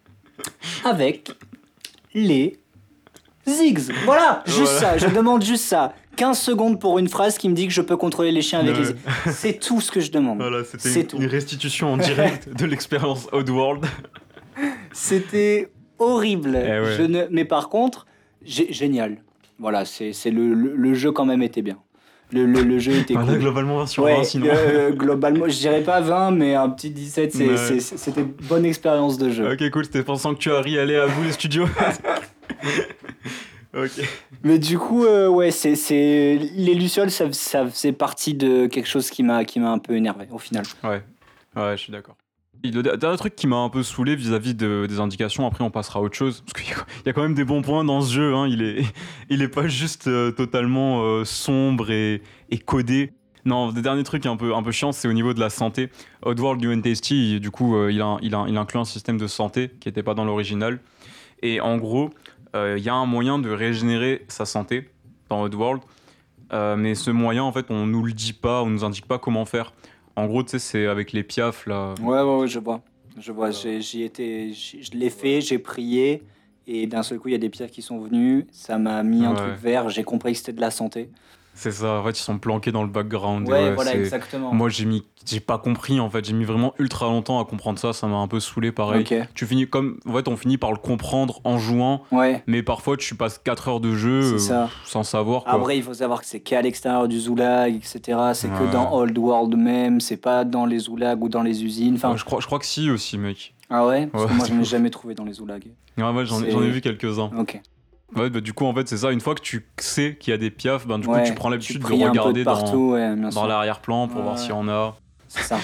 Speaker 2: avec les zigs. Voilà, juste
Speaker 1: Voilà.
Speaker 2: ça, je demande juste ça. quinze secondes pour une phrase qui me dit que je peux contrôler les chiens avec
Speaker 1: Ouais.
Speaker 2: les zigs. C'est tout ce que je demande.
Speaker 1: Voilà, c'était
Speaker 2: C'est
Speaker 1: une,
Speaker 2: tout.
Speaker 1: une restitution en direct de l'expérience Oddworld.
Speaker 2: C'était horrible.
Speaker 1: Eh ouais.
Speaker 2: Je ne... Mais par contre, gé- génial. Voilà, c'est, c'est le, le, le jeu quand même était bien. Le, le, le jeu était
Speaker 1: Voilà,
Speaker 2: cool.
Speaker 1: globalement, vingt sur
Speaker 2: Ouais,
Speaker 1: vingt, sinon.
Speaker 2: euh, globalement, je dirais pas vingt, mais un petit dix-sept, c'est,
Speaker 1: Ouais.
Speaker 2: c'est- c'est- c'était une bonne expérience de jeu.
Speaker 1: Ok, cool, c'était pensant que tu as ri aller à vous, les studios. Ok.
Speaker 2: Mais du coup, euh, ouais, c'est, c'est... les lucioles, ça, ça faisait partie de quelque chose qui m'a, qui m'a un peu énervé, au final.
Speaker 1: Ouais, ouais, je suis d'accord. Le dernier truc qui m'a un peu saoulé vis-à-vis de- des indications, après on passera à autre chose, parce qu'il y a- il y a quand même des bons points dans ce jeu, hein. il, est, il est pas juste euh, totalement euh, sombre et, et codé. Non, le dernier truc un peu, un peu chiant, c'est au niveau de la santé. Oddworld New and Tasty, du coup, euh, il, a, il, a, il inclut un système de santé qui n'était pas dans l'original. Et en gros, euh, il y a un moyen de régénérer sa santé dans Oddworld, euh, mais ce moyen, en fait, on nous le dit pas, on nous indique pas comment faire. En gros, tu sais, c'est avec les piafs, là.
Speaker 2: Ouais, ouais, ouais, je vois. Je vois, j'ai, j'y étais, j'y- je l'ai fait, j'ai prié, et d'un seul coup, il y a des pierres qui sont venues, ça m'a mis un
Speaker 1: Ouais.
Speaker 2: truc vert, j'ai compris que c'était de la santé.
Speaker 1: C'est ça, en fait, ils sont planqués dans le background. et
Speaker 2: Ouais,
Speaker 1: ouais,
Speaker 2: voilà,
Speaker 1: c'est-
Speaker 2: exactement.
Speaker 1: Moi, j'ai mis, j'ai pas compris, en fait, j'ai mis vraiment ultra longtemps à comprendre ça, ça m'a un peu saoulé, pareil.
Speaker 2: Ok.
Speaker 1: Tu finis comme, en fait, on finit par le comprendre en jouant,
Speaker 2: Ouais,
Speaker 1: mais parfois, tu passes quatre heures de jeu
Speaker 2: c'est
Speaker 1: euh,
Speaker 2: ça.
Speaker 1: sans savoir, quoi.
Speaker 2: Après, il faut savoir que c'est qu'à l'extérieur du Zoulag, et cetera. C'est que
Speaker 1: Ouais.
Speaker 2: dans Old World même, c'est pas dans les Zoulags ou dans les usines. Enfin,
Speaker 1: Ouais, je, crois, je crois que si aussi, mec.
Speaker 2: ah ouais, parce que
Speaker 1: Ouais,
Speaker 2: moi,
Speaker 1: c'est
Speaker 2: je n'ai
Speaker 1: ouf.
Speaker 2: jamais trouvé dans les Zoulags.
Speaker 1: Ouais, ouais, j'en, ai-
Speaker 2: C'est-
Speaker 1: j'en ai vu quelques-uns.
Speaker 2: Ok.
Speaker 1: Ouais, bah, du coup, en fait, c'est ça, une fois que tu sais qu'il y a des piafs, ben, du
Speaker 2: Ouais,
Speaker 1: coup, tu prends l'habitude de
Speaker 2: pries un peu
Speaker 1: regarder
Speaker 2: de
Speaker 1: dans,
Speaker 2: partout, ouais, bien
Speaker 1: dans
Speaker 2: sûr.
Speaker 1: l'arrière-plan pour voir
Speaker 2: Ouais.
Speaker 1: s'il y en a.
Speaker 2: C'est ça.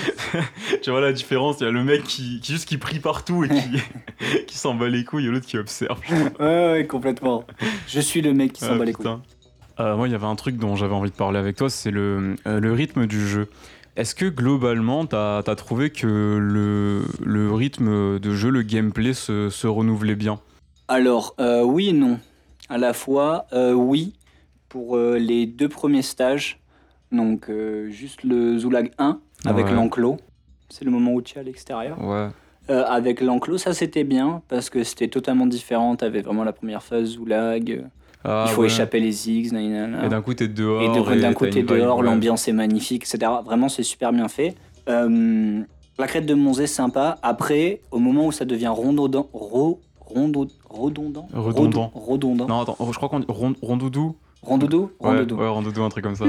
Speaker 1: Tu vois la différence, il y a le mec qui, qui juste qui prie partout et qui, qui s'en bat les couilles et l'autre qui observe.
Speaker 2: Ouais, ouais, complètement. Je suis le mec qui s'en
Speaker 1: Ah,
Speaker 2: bat les couilles.
Speaker 1: putain. Euh, moi, il y avait un truc dont j'avais envie de parler avec toi, c'est le, euh, le rythme du jeu. Est-ce que globalement, t'as as trouvé que le, le rythme de jeu, le gameplay se, se renouvelait bien?
Speaker 2: Alors, euh, oui et non. À la fois, euh, oui, pour euh, les deux premiers stages. Donc, euh, juste le Zoulag un avec
Speaker 1: Ouais.
Speaker 2: l'enclos. C'est le moment où tu es à l'extérieur.
Speaker 1: Ouais.
Speaker 2: Euh, avec l'enclos, ça c'était bien parce que c'était totalement différent. T'avais vraiment la première phase Zoulag. euh,
Speaker 1: Ah,
Speaker 2: il faut
Speaker 1: ouais.
Speaker 2: échapper les zigs, nanana.
Speaker 1: Et d'un coup, t'es dehors.
Speaker 2: Et de- d'un
Speaker 1: t'as
Speaker 2: côté
Speaker 1: une vibe,
Speaker 2: dehors,
Speaker 1: ouais.
Speaker 2: l'ambiance est magnifique, et cetera. Vraiment, c'est super bien fait. Euh, la crête de Monzé, sympa. Après, au moment où ça devient rondodant, ro, rondo, redondant,
Speaker 1: Redondant.
Speaker 2: Rodo- redondant.
Speaker 1: Non, attends, je crois qu'on dit rond, rondoudou.
Speaker 2: Rondoudou,
Speaker 1: Ouais,
Speaker 2: rondoudou.
Speaker 1: ouais, rondoudou, un truc comme ça.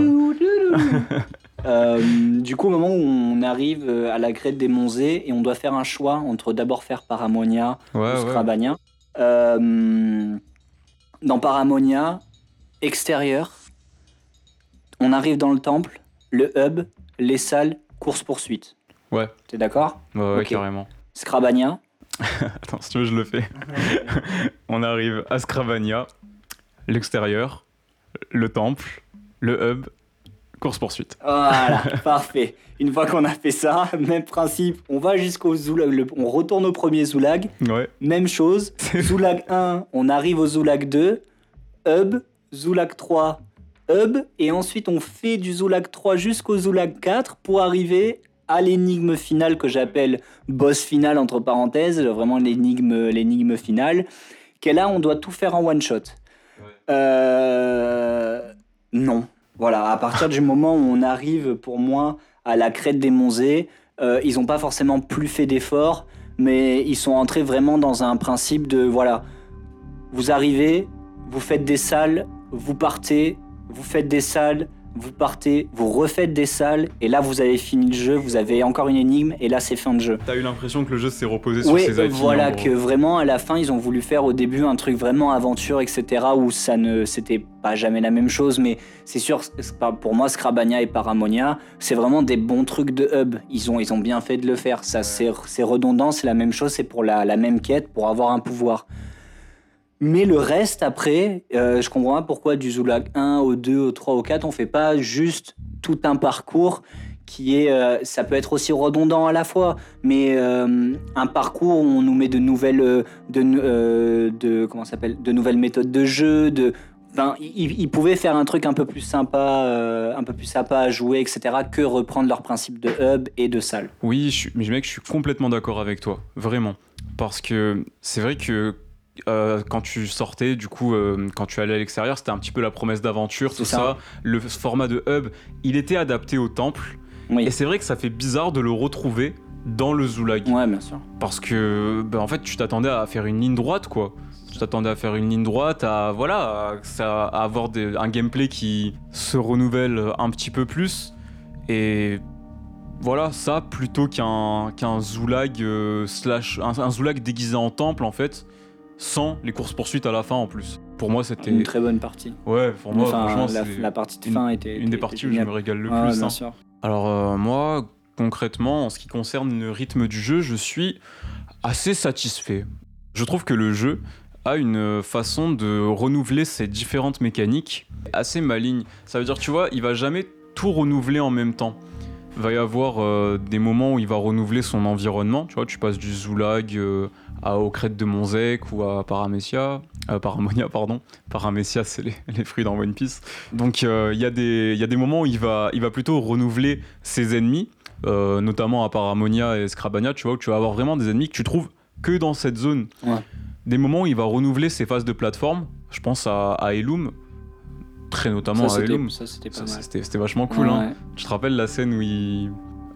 Speaker 2: Euh, du coup, au moment où on arrive à la crête des Monzé et on doit faire un choix entre d'abord faire Paramonia
Speaker 1: Ouais,
Speaker 2: ou
Speaker 1: ouais.
Speaker 2: Scrabania. Euh, dans Paramonia, extérieur, on arrive dans le temple, le hub, les salles, course-poursuite.
Speaker 1: Ouais,
Speaker 2: T'es d'accord?
Speaker 1: ouais, ouais,
Speaker 2: Ok.
Speaker 1: carrément.
Speaker 2: Scrabania,
Speaker 1: Attends, si tu veux, je le fais. On arrive à Scravania, l'extérieur, le temple, le hub, course-poursuite.
Speaker 2: Voilà, parfait. Une fois qu'on a fait ça, même principe, on va jusqu'au Zoulag, le- on retourne au premier Zoulag,
Speaker 1: Ouais.
Speaker 2: même chose. Zoulag un, on arrive au Zoulag deux, hub, Zoulag trois, hub, et ensuite on fait du Zoulag trois jusqu'au Zoulag quatre pour arriver à l'énigme finale que j'appelle boss final entre parenthèses, vraiment l'énigme, l'énigme finale, qu'est là on doit tout faire en one shot. Euh... Non. Voilà, à partir du moment où on arrive pour moi à la crête des Monzés, euh, ils n'ont pas forcément plus fait d'efforts, mais ils sont entrés vraiment dans un principe de voilà, vous arrivez, vous faites des salles, vous partez, vous faites des salles, vous partez, vous refaites des salles, et là vous avez fini le jeu, vous avez encore une énigme, et là c'est fin de jeu.
Speaker 1: T'as eu l'impression que le jeu s'est reposé sur
Speaker 2: Oui,
Speaker 1: ses acquis.
Speaker 2: voilà,
Speaker 1: en gros.
Speaker 2: que vraiment à la fin ils ont voulu faire au début un truc vraiment aventure, et cetera, où ça ne, c'était pas jamais la même chose, mais c'est sûr, c'est pas- pour moi Scrabania et Paramonia, c'est vraiment des bons trucs de hub. Ils ont, ils ont bien fait de le faire, ça c'est, c'est redondant, c'est la même chose, c'est pour la, la même quête, pour avoir un pouvoir. Mais le reste, après, euh, je comprends pas pourquoi du Zoulag un au deux, au trois, au quatre, on fait pas juste tout un parcours qui est... euh, ça peut être aussi redondant à la fois, mais euh, un parcours où on nous met de nouvelles... euh, de, euh, de, comment ça s'appelle, de nouvelles méthodes de jeu, de... Ben, ils, ils pouvaient faire un truc un peu plus sympa, euh, un peu plus sympa à jouer, et cetera, que reprendre leur principe de hub et de salle.
Speaker 1: Oui, je suis- mais mec, je suis complètement d'accord avec toi, vraiment. Parce que c'est vrai que euh, quand tu sortais, du coup, euh, quand tu allais à l'extérieur, c'était un petit peu la promesse d'aventure, tout
Speaker 2: C'est
Speaker 1: ça.
Speaker 2: ça.
Speaker 1: Le format de hub, il était adapté au temple.
Speaker 2: Oui.
Speaker 1: Et c'est vrai que ça fait bizarre de le retrouver dans le Zoulag.
Speaker 2: Ouais, bien sûr.
Speaker 1: Parce que, ben, en fait, tu t'attendais à faire une ligne droite, quoi. Tu t'attendais à faire une ligne droite, à, voilà, à, ça- à avoir des- un gameplay qui se renouvelle un petit peu plus. Et voilà, ça, plutôt qu'un qu'un Zoulag euh, slash... Un, un Zoulag déguisé en temple, en fait, sans les courses-poursuites à la fin, en plus. Pour moi, c'était...
Speaker 2: Une très bonne partie.
Speaker 1: Ouais, pour moi,
Speaker 2: Enfin,
Speaker 1: franchement,
Speaker 2: la,
Speaker 1: c'est
Speaker 2: la partie de
Speaker 1: une-
Speaker 2: fin était
Speaker 1: une des
Speaker 2: était-
Speaker 1: parties
Speaker 2: était
Speaker 1: où je
Speaker 2: géniale.
Speaker 1: me régale le
Speaker 2: Ouais,
Speaker 1: plus.
Speaker 2: bien
Speaker 1: hein.
Speaker 2: sûr.
Speaker 1: Alors euh, moi, concrètement, en ce qui concerne le rythme du jeu, je suis assez satisfait. Je trouve que le jeu a une façon de renouveler ses différentes mécaniques assez maligne. Ça veut dire, tu vois, il va jamais tout renouveler en même temps. Il va y avoir euh, des moments où il va renouveler son environnement. Tu vois, tu passes du Zoulag euh, à, aux crêtes de Monzek ou à Paramecia. Euh, Paramonia, pardon. Paramecia, c'est les, les fruits dans One Piece. Donc, euh, il y a des- il y a des moments où il va, il va plutôt renouveler ses ennemis, euh, notamment à Paramonia et Scrabania, tu vois, où tu vas avoir vraiment des ennemis que tu trouves que dans cette zone.
Speaker 2: Ouais.
Speaker 1: Des moments où il va renouveler ses phases de plateforme. Je pense à, à Elum, très notamment
Speaker 2: Ça,
Speaker 1: à
Speaker 2: c'était,
Speaker 1: Elum.
Speaker 2: ça, c'était pas
Speaker 1: Ça,
Speaker 2: mal.
Speaker 1: C'était c'était vachement cool.
Speaker 2: Ouais,
Speaker 1: Hein.
Speaker 2: ouais.
Speaker 1: Tu te rappelles la scène où il...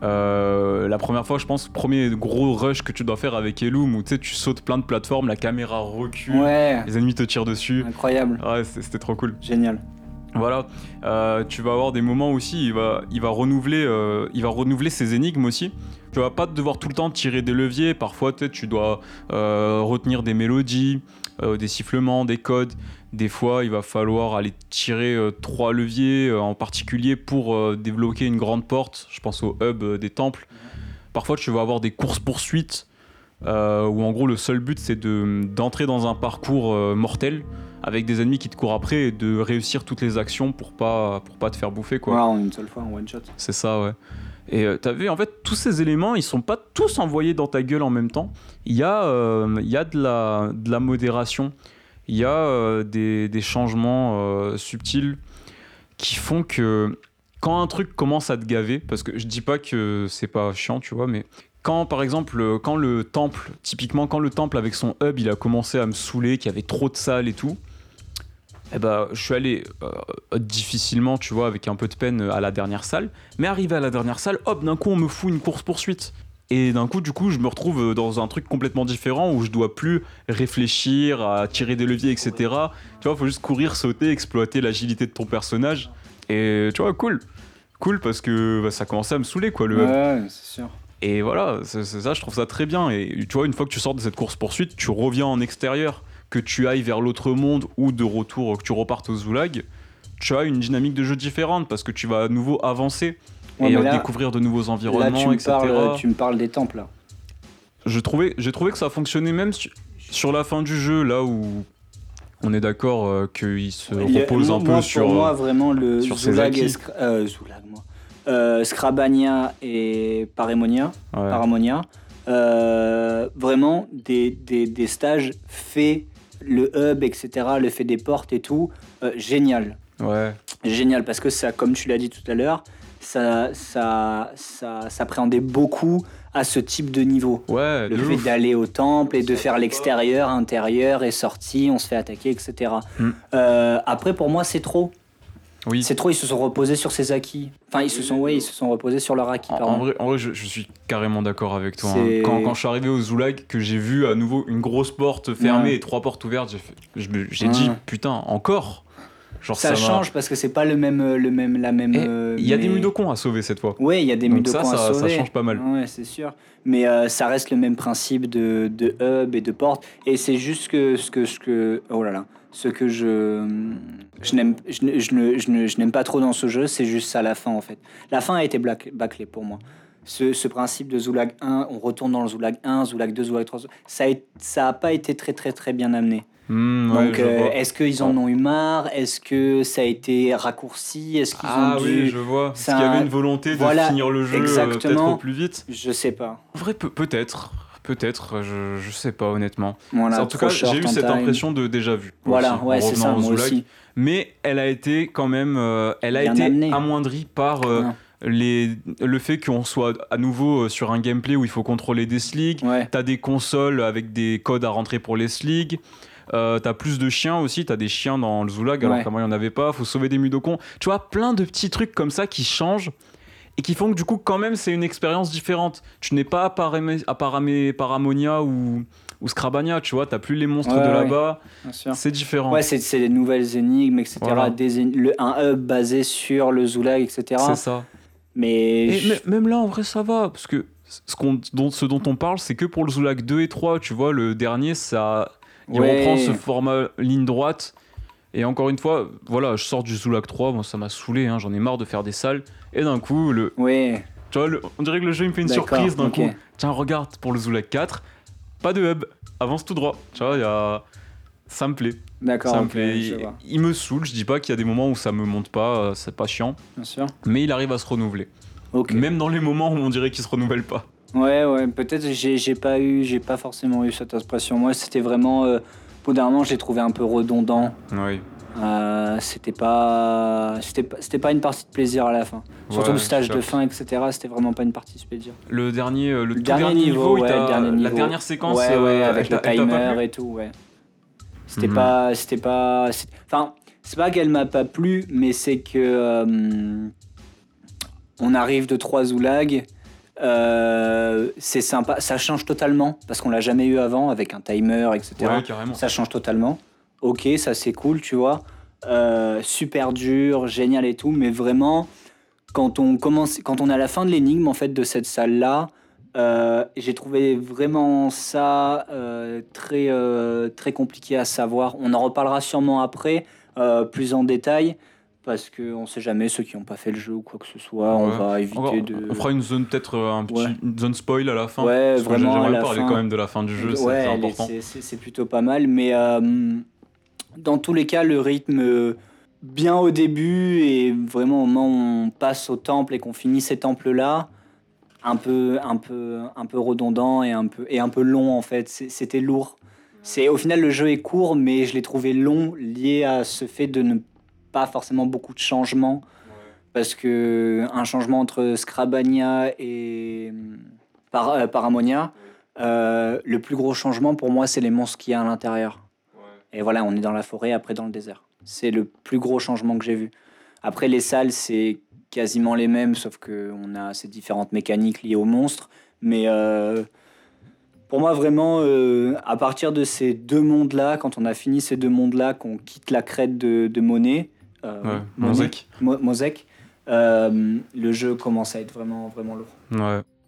Speaker 1: euh, la première fois, je pense, premier gros rush que tu dois faire avec Elum, où tu sais, tu sautes plein de plateformes, la caméra recule,
Speaker 2: Ouais,
Speaker 1: les ennemis te tirent dessus.
Speaker 2: incroyable,
Speaker 1: Ouais, c'était c'était trop cool.
Speaker 2: génial.
Speaker 1: Voilà, Euh, tu vas avoir des moments aussi, il va, il va renouveler, euh, il va renouveler ses énigmes aussi. Tu vas pas devoir tout le temps tirer des leviers. Parfois, peut-être, tu dois euh, retenir des mélodies, euh, des sifflements, des codes. Des fois, il va falloir aller tirer euh, trois leviers euh, en particulier pour euh, débloquer une grande porte. Je pense au hub euh, des temples. Parfois, tu vas avoir des courses-poursuites euh, où en gros, le seul but, c'est de, d'entrer dans un parcours euh, mortel avec des ennemis qui te courent après et de réussir toutes les actions pour pas, pour pas te faire bouffer, quoi.
Speaker 2: Ouais, en une seule fois, en one shot.
Speaker 1: C'est ça, ouais. Et euh, t'as vu, en fait, tous ces éléments, ils sont pas tous envoyés dans ta gueule en même temps. Il y a, euh, il y a de, la, de la modération, il y a euh, des, des changements euh, subtils qui font que quand un truc commence à te gaver, parce que je dis pas que c'est pas chiant, tu vois, mais quand, par exemple, euh, quand le temple, typiquement, quand le temple avec son hub, il a commencé à me saouler, qu'il y avait trop de salles et tout, eh ben, je suis allé euh, difficilement, tu vois, avec un peu de peine à la dernière salle. Mais arrivé à la dernière salle, hop, d'un coup, on me fout une course-poursuite. Et d'un coup, du coup, je me retrouve dans un truc complètement différent où je dois plus réfléchir à tirer des leviers, et cetera. Tu vois, faut juste courir, sauter, exploiter l'agilité de ton personnage. Et tu vois, cool. Cool parce que bah, ça commençait à me saouler, quoi, le hub.
Speaker 2: Ouais, c'est sûr.
Speaker 1: Et voilà, c'est, c'est ça, je trouve ça très bien. Et tu vois, une fois que tu sors de cette course-poursuite, tu reviens en extérieur. Que tu ailles vers l'autre monde ou de retour, que tu repartes au Zoulag, tu as une dynamique de jeu différente parce que tu vas à nouveau avancer
Speaker 2: Ouais,
Speaker 1: et
Speaker 2: mais là-
Speaker 1: découvrir de nouveaux
Speaker 2: Là,
Speaker 1: environnements,
Speaker 2: tu me,
Speaker 1: et cetera.
Speaker 2: parles, tu me parles des temples, là.
Speaker 1: je trouvais, j'ai trouvé que ça fonctionnait même su- sur la fin du jeu, là où on est d'accord euh, qu'il se
Speaker 2: Il y a-
Speaker 1: repose
Speaker 2: moi,
Speaker 1: un peu
Speaker 2: moi,
Speaker 1: sur.
Speaker 2: Pour moi, vraiment, le
Speaker 1: sur ses
Speaker 2: Zoulag et
Speaker 1: acquis.
Speaker 2: Scra- euh, Zoulag, moi. Euh, Scrabania et Paramonia,
Speaker 1: Ouais.
Speaker 2: Paramonia euh, vraiment des, des, des stages faits, le hub, et cetera, le fait des portes et tout, euh, génial.
Speaker 1: Ouais.
Speaker 2: Génial, parce que ça, comme tu l'as dit tout à l'heure, ça, ça, ça s'appréhendait beaucoup à ce type de niveau.
Speaker 1: Ouais,
Speaker 2: Le
Speaker 1: de
Speaker 2: fait
Speaker 1: ouf.
Speaker 2: d'aller au temple et de faire l'extérieur, intérieur et sortie, on se fait attaquer, et cetera.
Speaker 1: Mm.
Speaker 2: Euh, après, pour moi, c'est trop.
Speaker 1: Oui.
Speaker 2: C'est trop, ils se sont reposés sur ses acquis. Enfin, ils se sont, ouais, ils se sont reposés sur leur acquis,
Speaker 1: En,
Speaker 2: pardon.
Speaker 1: en vrai, en vrai je, je suis carrément d'accord avec toi.
Speaker 2: C'est-
Speaker 1: hein. Quand, quand je suis arrivé au Zoulag, que j'ai vu à nouveau une grosse porte fermée
Speaker 2: Ouais.
Speaker 1: et trois portes ouvertes, j'ai, fait- je me- j'ai
Speaker 2: Ouais.
Speaker 1: dit putain, encore. Genre
Speaker 2: ça
Speaker 1: m'a-
Speaker 2: change parce que c'est pas le même, le même, la même.
Speaker 1: Et
Speaker 2: euh,
Speaker 1: il y a des
Speaker 2: mais-
Speaker 1: Mudokons à sauver cette fois.
Speaker 2: Ouais, il y a des
Speaker 1: Donc
Speaker 2: Mudokons
Speaker 1: ça,
Speaker 2: à
Speaker 1: ça- ça
Speaker 2: sauver.
Speaker 1: change pas mal.
Speaker 2: Ouais, c'est sûr. Mais euh, ça reste le même principe de, de hub et de porte. Et c'est juste que ce que, ce que, oh là là, ce que je, je n'aime, je, ne- je, ne- je, ne- je n'aime pas trop dans ce jeu, c'est juste ça la fin en fait. La fin a été black- bâclée pour moi. Ce, ce principe de Zoulag un, on retourne dans le Zoulag un, Zoulag deux, Zoulag trois, ça a, ça a pas été très très très bien amené.
Speaker 1: Hmm, ouais,
Speaker 2: Donc,
Speaker 1: je
Speaker 2: euh,
Speaker 1: vois.
Speaker 2: est-ce qu'ils en ont eu marre? Est-ce que ça a été raccourci? Est-ce qu'ils
Speaker 1: Ah
Speaker 2: ont
Speaker 1: oui,
Speaker 2: dû...
Speaker 1: je vois. Parce
Speaker 2: ça-
Speaker 1: qu'il y avait une volonté de
Speaker 2: Voilà,
Speaker 1: finir le jeu euh, peut-être
Speaker 2: exactement.
Speaker 1: au plus vite.
Speaker 2: Je sais pas.
Speaker 1: En vrai, pe- peut-être. Peut-être, je, je sais pas honnêtement.
Speaker 2: Voilà,
Speaker 1: en tout
Speaker 2: trop
Speaker 1: cas,
Speaker 2: short
Speaker 1: j'ai eu
Speaker 2: en
Speaker 1: cette
Speaker 2: time.
Speaker 1: impression de déjà vu.
Speaker 2: Voilà,
Speaker 1: aussi,
Speaker 2: ouais,
Speaker 1: en
Speaker 2: c'est ça,
Speaker 1: revenant au
Speaker 2: moi
Speaker 1: Zoulag.
Speaker 2: aussi.
Speaker 1: Mais elle a été quand même, euh, elle a
Speaker 2: Bien
Speaker 1: été
Speaker 2: amenée.
Speaker 1: amoindrie par euh,
Speaker 2: Ah.
Speaker 1: les, le fait qu'on soit à nouveau euh, sur un gameplay où il faut contrôler des sligs.
Speaker 2: Ouais.
Speaker 1: T'as des consoles avec des codes à rentrer pour les sligs. Euh, t'as plus de chiens aussi, t'as des chiens dans le Zoulag alors
Speaker 2: Ouais.
Speaker 1: qu'avant il n'y en avait pas. Faut sauver des Mudokons. Tu vois, plein de petits trucs comme ça qui changent et qui font que du coup quand même c'est une expérience différente. Tu n'es pas à, Paramé- à Paramé- Paramonia ou, ou Scrabania, tu vois, t'as plus les monstres
Speaker 2: Ouais,
Speaker 1: de
Speaker 2: ouais.
Speaker 1: là-bas,
Speaker 2: Bien sûr.
Speaker 1: c'est différent.
Speaker 2: Ouais, c'est, c'est des nouvelles énigmes, et cetera.
Speaker 1: Voilà.
Speaker 2: Des én- le, un hub basé sur le Zoulag, et cetera.
Speaker 1: C'est ça.
Speaker 2: Mais,
Speaker 1: Et
Speaker 2: je-
Speaker 1: mê- même là en vrai ça va, parce que ce, qu'on, dont, ce dont on parle c'est que pour le Zoulag deux et trois, tu vois, le dernier ça, il
Speaker 2: Ouais.
Speaker 1: reprend ce format ligne droite. Et encore une fois, voilà, je sors du Zoulag trois, moi ça m'a saoulé, hein, j'en ai marre de faire des salles. Et d'un coup, le,
Speaker 2: ouais,
Speaker 1: tu vois, le- on dirait que le jeu il me fait une
Speaker 2: D'accord,
Speaker 1: surprise d'un
Speaker 2: ok.
Speaker 1: coup. Tiens, regarde, pour le Zoulag quatre, pas de hub, avance tout droit. Tu vois, il y a... ça me plaît.
Speaker 2: d'accord,
Speaker 1: Ça me
Speaker 2: ok,
Speaker 1: plaît.
Speaker 2: je
Speaker 1: Il,
Speaker 2: vois.
Speaker 1: il me saoule, je dis pas qu'il y a des moments où ça me monte pas, euh, c'est pas chiant,
Speaker 2: Bien sûr.
Speaker 1: mais il arrive à se renouveler.
Speaker 2: Ok.
Speaker 1: Même dans les moments où on dirait qu'il se renouvelle pas.
Speaker 2: Ouais, ouais, peut-être j'ai, j'ai pas eu, j'ai pas forcément eu cette impression. Moi, c'était vraiment, euh, au bout d'un moment, j'ai trouvé un peu redondant.
Speaker 1: Oui.
Speaker 2: Euh, c'était pas, c'était pas, c'était pas une partie de plaisir à la fin. Surtout
Speaker 1: Ouais,
Speaker 2: le stage
Speaker 1: je
Speaker 2: de
Speaker 1: capte.
Speaker 2: fin, et cetera. C'était vraiment pas une partie de plaisir.
Speaker 1: Le dernier, euh, le,
Speaker 2: Le
Speaker 1: tout dernier, niveau, il
Speaker 2: ouais,
Speaker 1: t'a-
Speaker 2: le dernier
Speaker 1: la
Speaker 2: niveau.
Speaker 1: dernière séquence,
Speaker 2: Ouais, ouais,
Speaker 1: euh,
Speaker 2: avec
Speaker 1: elle
Speaker 2: le
Speaker 1: t'a- elle t'a pas
Speaker 2: timer
Speaker 1: plu
Speaker 2: et tout, ouais. C'était
Speaker 1: Mhm.
Speaker 2: pas, c'était pas, c'est- enfin, c'est pas qu'elle m'a pas plu, mais c'est que euh, on arrive de trois Zoulag. Euh, c'est sympa, ça change totalement parce qu'on l'a jamais eu avant avec un timer, et cetera.
Speaker 1: Ouais, carrément.
Speaker 2: Ça change totalement. Ok, ça c'est cool, tu vois. Euh, super dur, génial et tout, mais vraiment, quand on commence, quand on est à la fin de l'énigme en fait de cette salle-là, euh, j'ai trouvé vraiment ça euh, très euh, très compliqué à savoir. On en reparlera sûrement après, euh, plus en détail, parce que on sait jamais ceux qui n'ont pas fait le jeu ou quoi que ce soit. On
Speaker 1: Ouais.
Speaker 2: va éviter
Speaker 1: Encore,
Speaker 2: de.
Speaker 1: On fera une zone, peut-être euh, un petit,
Speaker 2: Ouais.
Speaker 1: une zone spoil à la fin.
Speaker 2: Ouais,
Speaker 1: parce que
Speaker 2: vraiment, à
Speaker 1: j'aimerais
Speaker 2: la
Speaker 1: parler
Speaker 2: fin.
Speaker 1: quand même de la fin du jeu, c'est
Speaker 2: Ouais,
Speaker 1: c'est
Speaker 2: elle est-
Speaker 1: important.
Speaker 2: c'est- c'est c'est plutôt pas mal, mais euh, dans tous les cas, le rythme euh, bien au début et vraiment au moment où on passe au temple et qu'on finit ces temples-là, un peu, un peu, un peu redondant et un peu, et un peu long en fait. C'est- C'était lourd. C'est au final le jeu est court, mais je l'ai trouvé long lié à ce fait de ne pas forcément beaucoup de changements. Parce que un changement entre Scrabania et hum, Par- euh, Paramonia, euh, le plus gros changement pour moi, c'est les monstres qu'il y a à l'intérieur. Et voilà, on est dans la forêt, après dans le désert. C'est le plus gros changement que j'ai vu. Après, les salles, c'est quasiment les mêmes, sauf qu'on a ces différentes mécaniques liées aux monstres. Mais euh, pour moi, vraiment, euh, à partir de ces deux mondes-là, quand on a fini ces deux mondes-là, qu'on quitte la crête de, de Monet, euh,
Speaker 1: Ouais,
Speaker 2: Monet,
Speaker 1: Mosek.
Speaker 2: Mo- Mosek, euh, le jeu commence à être vraiment, vraiment lourd.
Speaker 1: Ouais.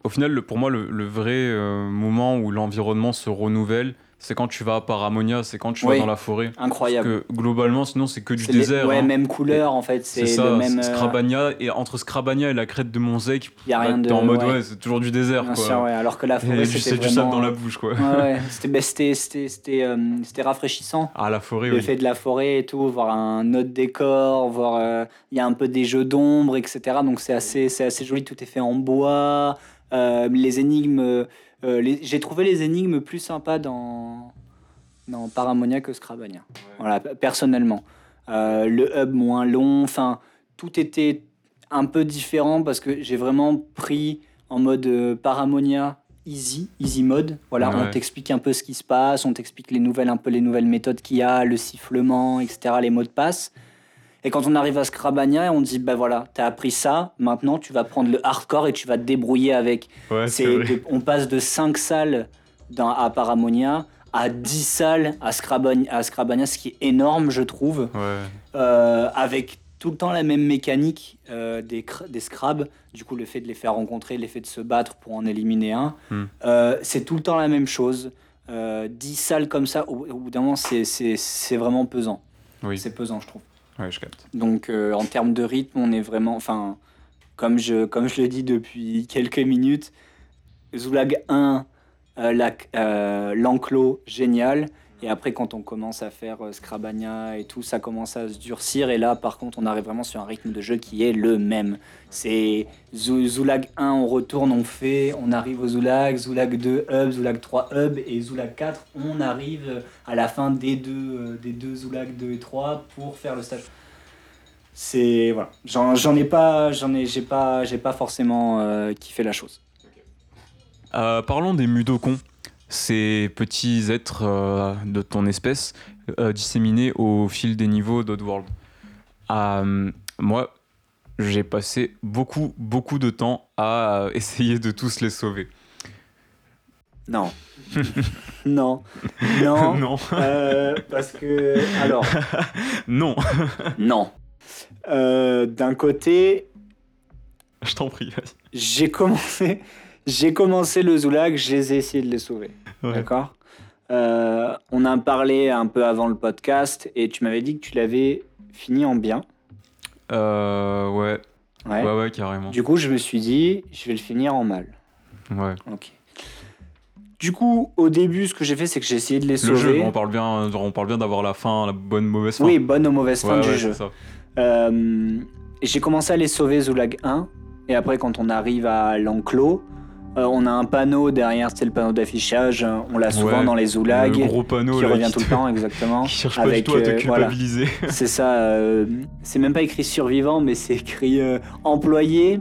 Speaker 1: au final, le- pour moi, le, le vrai euh, moment où l'environnement se renouvelle, c'est quand tu vas à Paramonia, c'est quand tu
Speaker 2: Oui.
Speaker 1: vas dans la forêt.
Speaker 2: Incroyable.
Speaker 1: Parce que globalement, sinon, c'est que du
Speaker 2: C'est les-
Speaker 1: désert.
Speaker 2: Ouais,
Speaker 1: hein.
Speaker 2: même couleur en fait.
Speaker 1: C'est
Speaker 2: C'est
Speaker 1: ça,
Speaker 2: le même.
Speaker 1: c'est
Speaker 2: euh,
Speaker 1: Scrabania, et entre Scrabania et la crête de Monzec,
Speaker 2: Y a
Speaker 1: bah,
Speaker 2: rien
Speaker 1: t'es
Speaker 2: de-
Speaker 1: en mode,
Speaker 2: ouais.
Speaker 1: ouais, c'est toujours du désert,
Speaker 2: Bien
Speaker 1: quoi.
Speaker 2: sûr, ouais. Alors que la
Speaker 1: Et
Speaker 2: forêt,
Speaker 1: du-
Speaker 2: c'était
Speaker 1: c'est du
Speaker 2: vraiment.
Speaker 1: sable dans la bouche, quoi.
Speaker 2: Ouais, ouais. C'était, bah, c'était, c'était, c'était, euh, c'était rafraîchissant.
Speaker 1: Ah, la forêt,
Speaker 2: Le
Speaker 1: oui.
Speaker 2: fait de la forêt et tout, voir un autre décor, voir il y a un peu des jeux d'ombre, et cetera. Donc c'est assez, c'est assez joli, tout est fait en bois. Euh, les énigmes, euh, les- j'ai trouvé les énigmes plus sympas dans, dans Paramonia que Scrabania. Voilà, p- personnellement. Euh, le hub moins long, enfin, tout était un peu différent parce que j'ai vraiment pris en mode euh, Paramonia easy, easy mode. Voilà, on
Speaker 1: Ouais.
Speaker 2: t'explique un peu ce qui se passe, on t'explique les nouvelles, un peu les nouvelles méthodes qu'il y a, le sifflement, et cetera, les mots de passe. Et quand on arrive à Scrabania, on dit, bah voilà, t'as appris ça, maintenant tu vas prendre le hardcore et tu vas te débrouiller avec.
Speaker 1: Ouais, c'est
Speaker 2: C'est
Speaker 1: vrai.
Speaker 2: de- on passe de cinq salles dans, à Paramonia à dix salles à Scrabania, à Scrabania, ce qui est énorme, je trouve,
Speaker 1: Ouais.
Speaker 2: euh, avec tout le temps la même mécanique euh, des, cr- des Scrabs. Du coup, le fait de les faire rencontrer, l'effet de se battre pour en éliminer un,
Speaker 1: Hmm.
Speaker 2: euh, c'est tout le temps la même chose. Euh, dix salles comme ça, au, au bout d'un moment, c'est, c'est, c'est vraiment pesant.
Speaker 1: Oui,
Speaker 2: C'est pesant, je trouve.
Speaker 1: ouais, je capte.
Speaker 2: Donc, euh, en termes de rythme, on est vraiment. Enfin, comme je, comme je le dis depuis quelques minutes, Zoulag un, euh, la- euh, l'enclos, génial. Et après, quand on commence à faire euh, Scrabania et tout, ça commence à se durcir. Et là, par contre, on arrive vraiment sur un rythme de jeu qui est le même. C'est Zou- Zoulag un, on retourne, on fait, on arrive au Zoulag, Zoulag deux, hub, Zoulag trois, hub. Et Zoulag quatre, on arrive à la fin des deux, euh, des deux Zoulag deux et trois pour faire le stage. C'est voilà, j'en, j'en ai pas, j'en ai, j'ai pas, j'ai pas forcément euh, kiffé la chose.
Speaker 1: Euh, parlons des mudokons, ces petits êtres euh, de ton espèce euh, disséminés au fil des niveaux d'Oddworld. Euh, moi, j'ai passé beaucoup, beaucoup de temps à euh, essayer de tous les sauver.
Speaker 2: Non, non, non,
Speaker 1: non,
Speaker 2: euh, parce que alors
Speaker 1: non,
Speaker 2: non. Euh, d'un côté,
Speaker 1: je t'en prie. vas-y.
Speaker 2: j'ai commencé, j'ai commencé le Zoulag, je les ai essayé de les sauver.
Speaker 1: Ouais.
Speaker 2: D'accord. Euh, on en parlait un peu avant le podcast et tu m'avais dit que tu l'avais fini en bien.
Speaker 1: Euh, ouais.
Speaker 2: Ouais.
Speaker 1: ouais, ouais, carrément.
Speaker 2: Du coup, je me suis dit, je vais le finir en mal.
Speaker 1: Ouais.
Speaker 2: Ok. Du coup, au début, ce que j'ai fait, c'est que j'ai essayé de les
Speaker 1: Le jeu,
Speaker 2: sauver.
Speaker 1: on parle bien, on parle bien d'avoir la fin, la bonne mauvaise fin.
Speaker 2: Oui, bonne ou mauvaise fin
Speaker 1: ouais,
Speaker 2: du
Speaker 1: ouais,
Speaker 2: jeu.
Speaker 1: c'est ça.
Speaker 2: Euh, j'ai commencé à les sauver Zoulag un. Et après, quand on arrive à l'enclos, euh, on a un panneau derrière, c'est le panneau d'affichage. On l'a souvent
Speaker 1: Ouais,
Speaker 2: dans les Zoulags.
Speaker 1: Le gros panneau
Speaker 2: Qui
Speaker 1: là,
Speaker 2: revient
Speaker 1: qui
Speaker 2: tout le
Speaker 1: te-
Speaker 2: temps, exactement.
Speaker 1: qui cherche pas
Speaker 2: Avec,
Speaker 1: du tout à te
Speaker 2: euh, voilà.
Speaker 1: culpabiliser.
Speaker 2: C'est ça. euh, c'est même pas écrit survivant, mais c'est écrit euh, employé,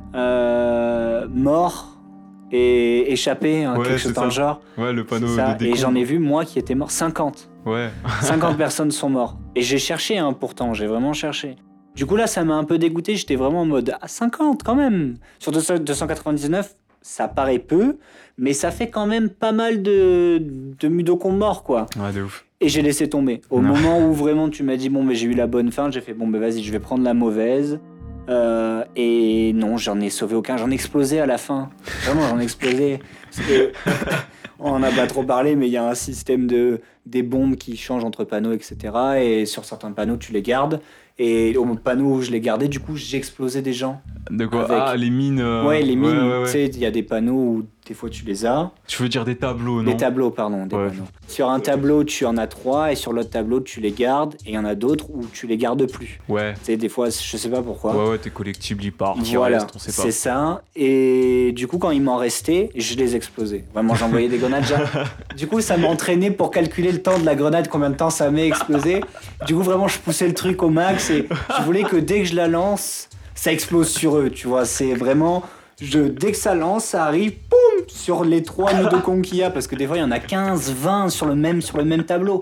Speaker 2: euh, mort et échappé, hein,
Speaker 1: Ouais,
Speaker 2: quelque chose
Speaker 1: c'est
Speaker 2: dans le
Speaker 1: ça.
Speaker 2: genre.
Speaker 1: Ouais, le panneau
Speaker 2: C'est ça.
Speaker 1: de
Speaker 2: Et
Speaker 1: décompte.
Speaker 2: j'en ai vu, moi, qui était mort, cinquante.
Speaker 1: Ouais.
Speaker 2: cinquante personnes sont mortes. Et j'ai cherché, hein, pourtant, j'ai vraiment cherché. Du coup, là, ça m'a un peu dégoûté. J'étais vraiment en mode ah, cinquante quand même. Sur deux cent quatre-vingt-dix-neuf, ça paraît peu, mais ça fait quand même pas mal de, de mudokons morts, quoi.
Speaker 1: Ouais, de ouf.
Speaker 2: Et j'ai laissé tomber. Au
Speaker 1: Ouais.
Speaker 2: moment où vraiment tu m'as dit, bon, mais j'ai eu la bonne fin, j'ai fait, bon, ben vas-y, je vais prendre la mauvaise. Euh, et non, j'en ai sauvé aucun. J'en ai explosé à la fin. Vraiment, j'en ai explosé. Parce que, on en a pas trop parlé, mais il y a un système de des bombes qui changent entre panneaux, et cetera. Et sur certains panneaux, tu les gardes. Et au panneau où je les gardais, du coup, j'ai explosé des gens.
Speaker 1: De quoi
Speaker 2: Avec-
Speaker 1: Ah, les mines. euh,
Speaker 2: Ouais, les mines,
Speaker 1: ouais, ouais.
Speaker 2: tu sais, il y a des panneaux où des fois tu les as.
Speaker 1: Tu veux dire des tableaux, non
Speaker 2: Des tableaux, pardon, des
Speaker 1: Ouais.
Speaker 2: panneaux. Sur un tableau, tu en as trois, et sur l'autre tableau, tu les gardes, et il y en a d'autres où tu les gardes plus.
Speaker 1: Ouais.
Speaker 2: Tu sais, des fois, je sais pas pourquoi.
Speaker 1: Ouais, ouais, tes collectibles, ils partent, ils
Speaker 2: Voilà,
Speaker 1: restent, on sait pas.
Speaker 2: c'est ça. Et du coup, quand il m'en restait, je les explosais. Vraiment, j'envoyais des grenades. j'a- Du coup, ça m'entraînait pour calculer le temps de la grenade, combien de temps ça met exploser. Du coup, vraiment, je poussais le truc au max et je voulais que dès que je la lance, ça explose sur eux. Tu vois, c'est vraiment. Je, dès que ça lance, ça arrive, boum, sur les trois mudokons qu'il y a, parce que des fois, il y en a quinze, vingt sur le même, sur le même tableau.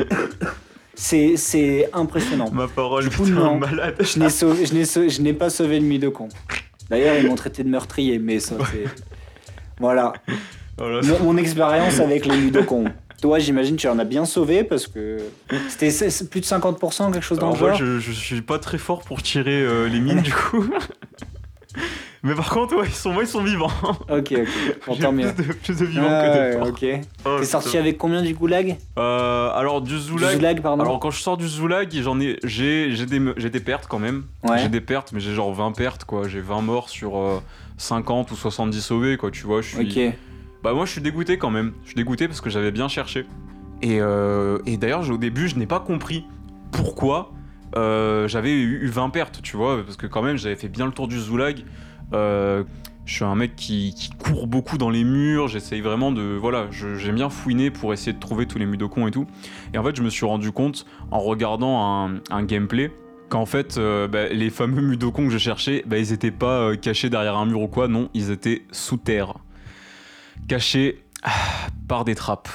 Speaker 2: C'est, c'est impressionnant.
Speaker 1: Ma parole,
Speaker 2: Du coup,
Speaker 1: putain,
Speaker 2: non.
Speaker 1: malade.
Speaker 2: Je n'ai, sauvé, je, n'ai sau- je n'ai pas sauvé le mudokon. D'ailleurs, ils m'ont traité de meurtrier, mais ça, c'est. Voilà.
Speaker 1: Voilà,
Speaker 2: Mon, mon expérience avec les mudokons. Toi, j'imagine que tu en as bien sauvé parce que c'était c'est- c'est plus de cinquante pour cent, quelque chose dans
Speaker 1: Alors
Speaker 2: le
Speaker 1: moi,
Speaker 2: genre.
Speaker 1: je, je suis pas très fort pour tirer euh, les mines, du coup. Mais par contre, ouais, ils sont, moi, ils sont vivants.
Speaker 2: Ok, ok. Bon,
Speaker 1: J'ai
Speaker 2: tant mieux.
Speaker 1: plus de, plus de vivants
Speaker 2: Ah,
Speaker 1: que de
Speaker 2: ouais,
Speaker 1: morts.
Speaker 2: ok.
Speaker 1: Oh,
Speaker 2: T'es sorti
Speaker 1: putain.
Speaker 2: avec combien du goulag?
Speaker 1: Euh, alors, du Zoulag.
Speaker 2: Du Zoulag, pardon.
Speaker 1: Alors, quand je sors du Zoulag, j'en ai, j'ai, j'ai, des, me- j'ai des pertes quand même.
Speaker 2: Ouais.
Speaker 1: J'ai des pertes, mais j'ai genre vingt pertes, quoi. J'ai vingt morts sur euh, cinquante ou soixante-dix sauvés, quoi. Tu vois, je suis.
Speaker 2: Ok.
Speaker 1: Bah, moi, je suis dégoûté quand même. Je suis dégoûté parce que j'avais bien cherché. Et, euh, et d'ailleurs, j'ai- au début, je n'ai pas compris pourquoi euh, j'avais eu eu vingt pertes, tu vois. Parce que quand même, j'avais fait bien le tour du Zoulag. Euh, je suis un mec qui, qui court beaucoup dans les murs, j'essaye vraiment de... Voilà, je- j'aime bien fouiner pour essayer de trouver tous les mudokons et tout. Et en fait, je me suis rendu compte, en regardant un, un gameplay, qu'en fait, euh, bah, les fameux mudokons que je cherchais, bah, ils étaient pas euh, cachés derrière un mur ou quoi, non, ils étaient sous terre. Cachés ah, par des trappes.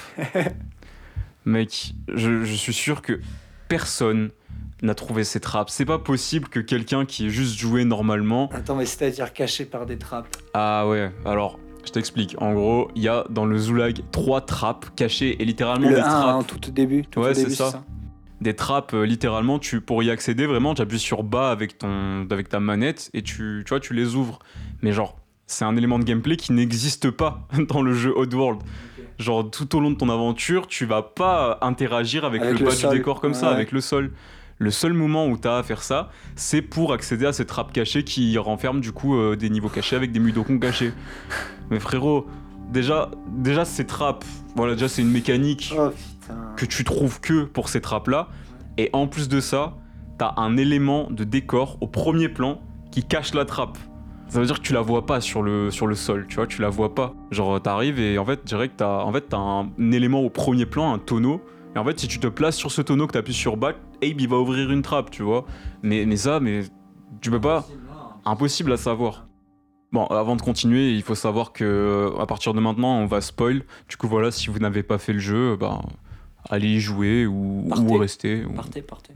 Speaker 1: Mec, je, je suis sûr que personne n'a trouvé ces trappes. C'est pas possible que quelqu'un qui ait juste joué normalement...
Speaker 2: Attends, mais c'est-à-dire caché par des trappes.
Speaker 1: Ah ouais, alors, je t'explique. En gros, il y a dans le Zoulag trois trappes cachées et littéralement
Speaker 2: Le
Speaker 1: des
Speaker 2: un,
Speaker 1: trappes.
Speaker 2: hein, tout au début. Tout
Speaker 1: Ouais,
Speaker 2: au
Speaker 1: c'est
Speaker 2: début,
Speaker 1: ça. Des trappes, euh, littéralement, tu, pour y accéder, vraiment, tu appuies sur bas avec, ton, avec ta manette et tu, tu vois, tu les ouvres. Mais genre, c'est un élément de gameplay qui n'existe pas dans le jeu Oddworld.
Speaker 2: Ok.
Speaker 1: Genre, tout au long de ton aventure, tu vas pas interagir avec,
Speaker 2: Avec
Speaker 1: le
Speaker 2: le
Speaker 1: bas
Speaker 2: sol.
Speaker 1: du décor comme ça,
Speaker 2: Ouais.
Speaker 1: avec le sol. Le seul moment où t'as à faire ça, c'est pour accéder à ces trappes cachées qui renferment du coup euh, des niveaux cachés avec des mudokons cachés. Mais frérot, déjà, déjà ces trappes, voilà, déjà c'est une mécanique
Speaker 2: Oh putain.
Speaker 1: que tu trouves que pour ces trappes-là. Et en plus de ça, t'as un élément de décor au premier plan qui cache la trappe. Ça veut dire que tu la vois pas sur le, sur le sol, tu vois, tu la vois pas. Genre t'arrives et en fait, direct, t'as, en fait, t'as un, un élément au premier plan, un tonneau. Et en fait, si tu te places sur ce tonneau, que t'appuies sur back, Abe il va ouvrir une trappe, tu vois. Mais, mais ça, mais tu peux pas. Impossible à savoir. Bon, avant de continuer, il faut savoir que à partir de maintenant, on va spoil. Du coup, voilà, si vous n'avez pas fait le jeu, ben, allez y jouer ou,
Speaker 2: Partez.
Speaker 1: ou rester. Ou...
Speaker 2: Partez, partez.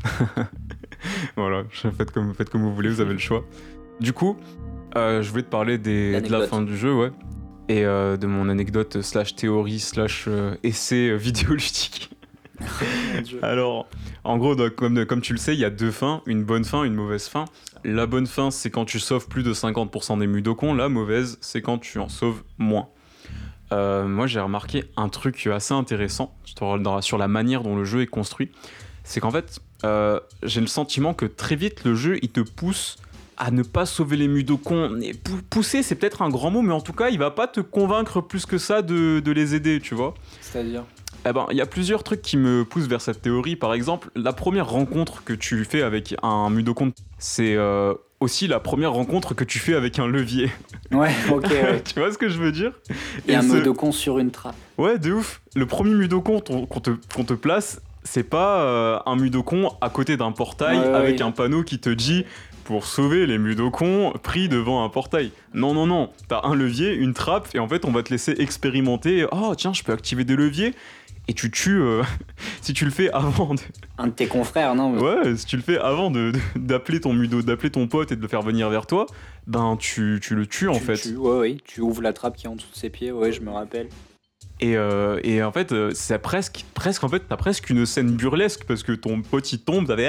Speaker 1: Voilà, faites comme, faites comme vous voulez, vous avez le choix. Du coup, euh, je voulais te parler des, de la
Speaker 2: L'anecdote.
Speaker 1: fin du jeu, ouais. Et euh, de mon anecdote slash théorie slash euh, essai euh, vidéoludique.
Speaker 2: Mon Dieu.
Speaker 1: Alors, en gros, donc, comme, comme tu le sais, il y a deux fins, une bonne fin, une mauvaise fin. La bonne fin, c'est quand tu sauves plus de cinquante pour cent des mudokons. La mauvaise, c'est quand tu en sauves moins. Euh, moi, j'ai remarqué un truc assez intéressant sur, sur la manière dont le jeu est construit. C'est qu'en fait, euh, j'ai le sentiment que très vite, le jeu, il te pousse à ne pas sauver les mudokons. Et pou- pousser, c'est peut-être un grand mot, mais en tout cas, il va pas te convaincre plus que ça de, de les aider, tu vois.
Speaker 2: C'est-à-dire.
Speaker 1: Eh ben, il y a plusieurs trucs qui me poussent vers cette théorie. Par exemple, la première rencontre que tu fais avec un mudokon, c'est euh, aussi la première rencontre que tu fais avec un levier.
Speaker 2: Ouais, ok, ouais.
Speaker 1: Tu vois ce que je veux dire?
Speaker 2: Il y a
Speaker 1: Et
Speaker 2: un
Speaker 1: ce-
Speaker 2: mudokon sur une trappe.
Speaker 1: Ouais, de ouf. Le premier mudokon ton- qu'on te, qu'on te place, c'est pas euh, un mudokon à côté d'un portail
Speaker 2: Ouais, ouais,
Speaker 1: avec
Speaker 2: ouais.
Speaker 1: un panneau qui te dit pour sauver les mudokons pris devant un portail. Non, non, non. T'as un levier, une trappe, et en fait, on va te laisser expérimenter. Oh, tiens, je peux activer des leviers. Et tu tues euh, si tu le fais avant de...
Speaker 2: Un de tes confrères, non mais-
Speaker 1: Ouais, si tu le fais avant de, de- d'appeler ton mudo, d'appeler ton pote et de le faire venir vers toi, ben tu, tu le tues en
Speaker 2: Tu-
Speaker 1: fait.
Speaker 2: tu- ouais, ouais, tu ouvres la trappe qui est en dessous de ses pieds, ouais, je me rappelle.
Speaker 1: Et, euh, et en fait, euh, c'est presque, presque, en fait, t'as presque une scène burlesque parce que ton pote il tombe, t'avais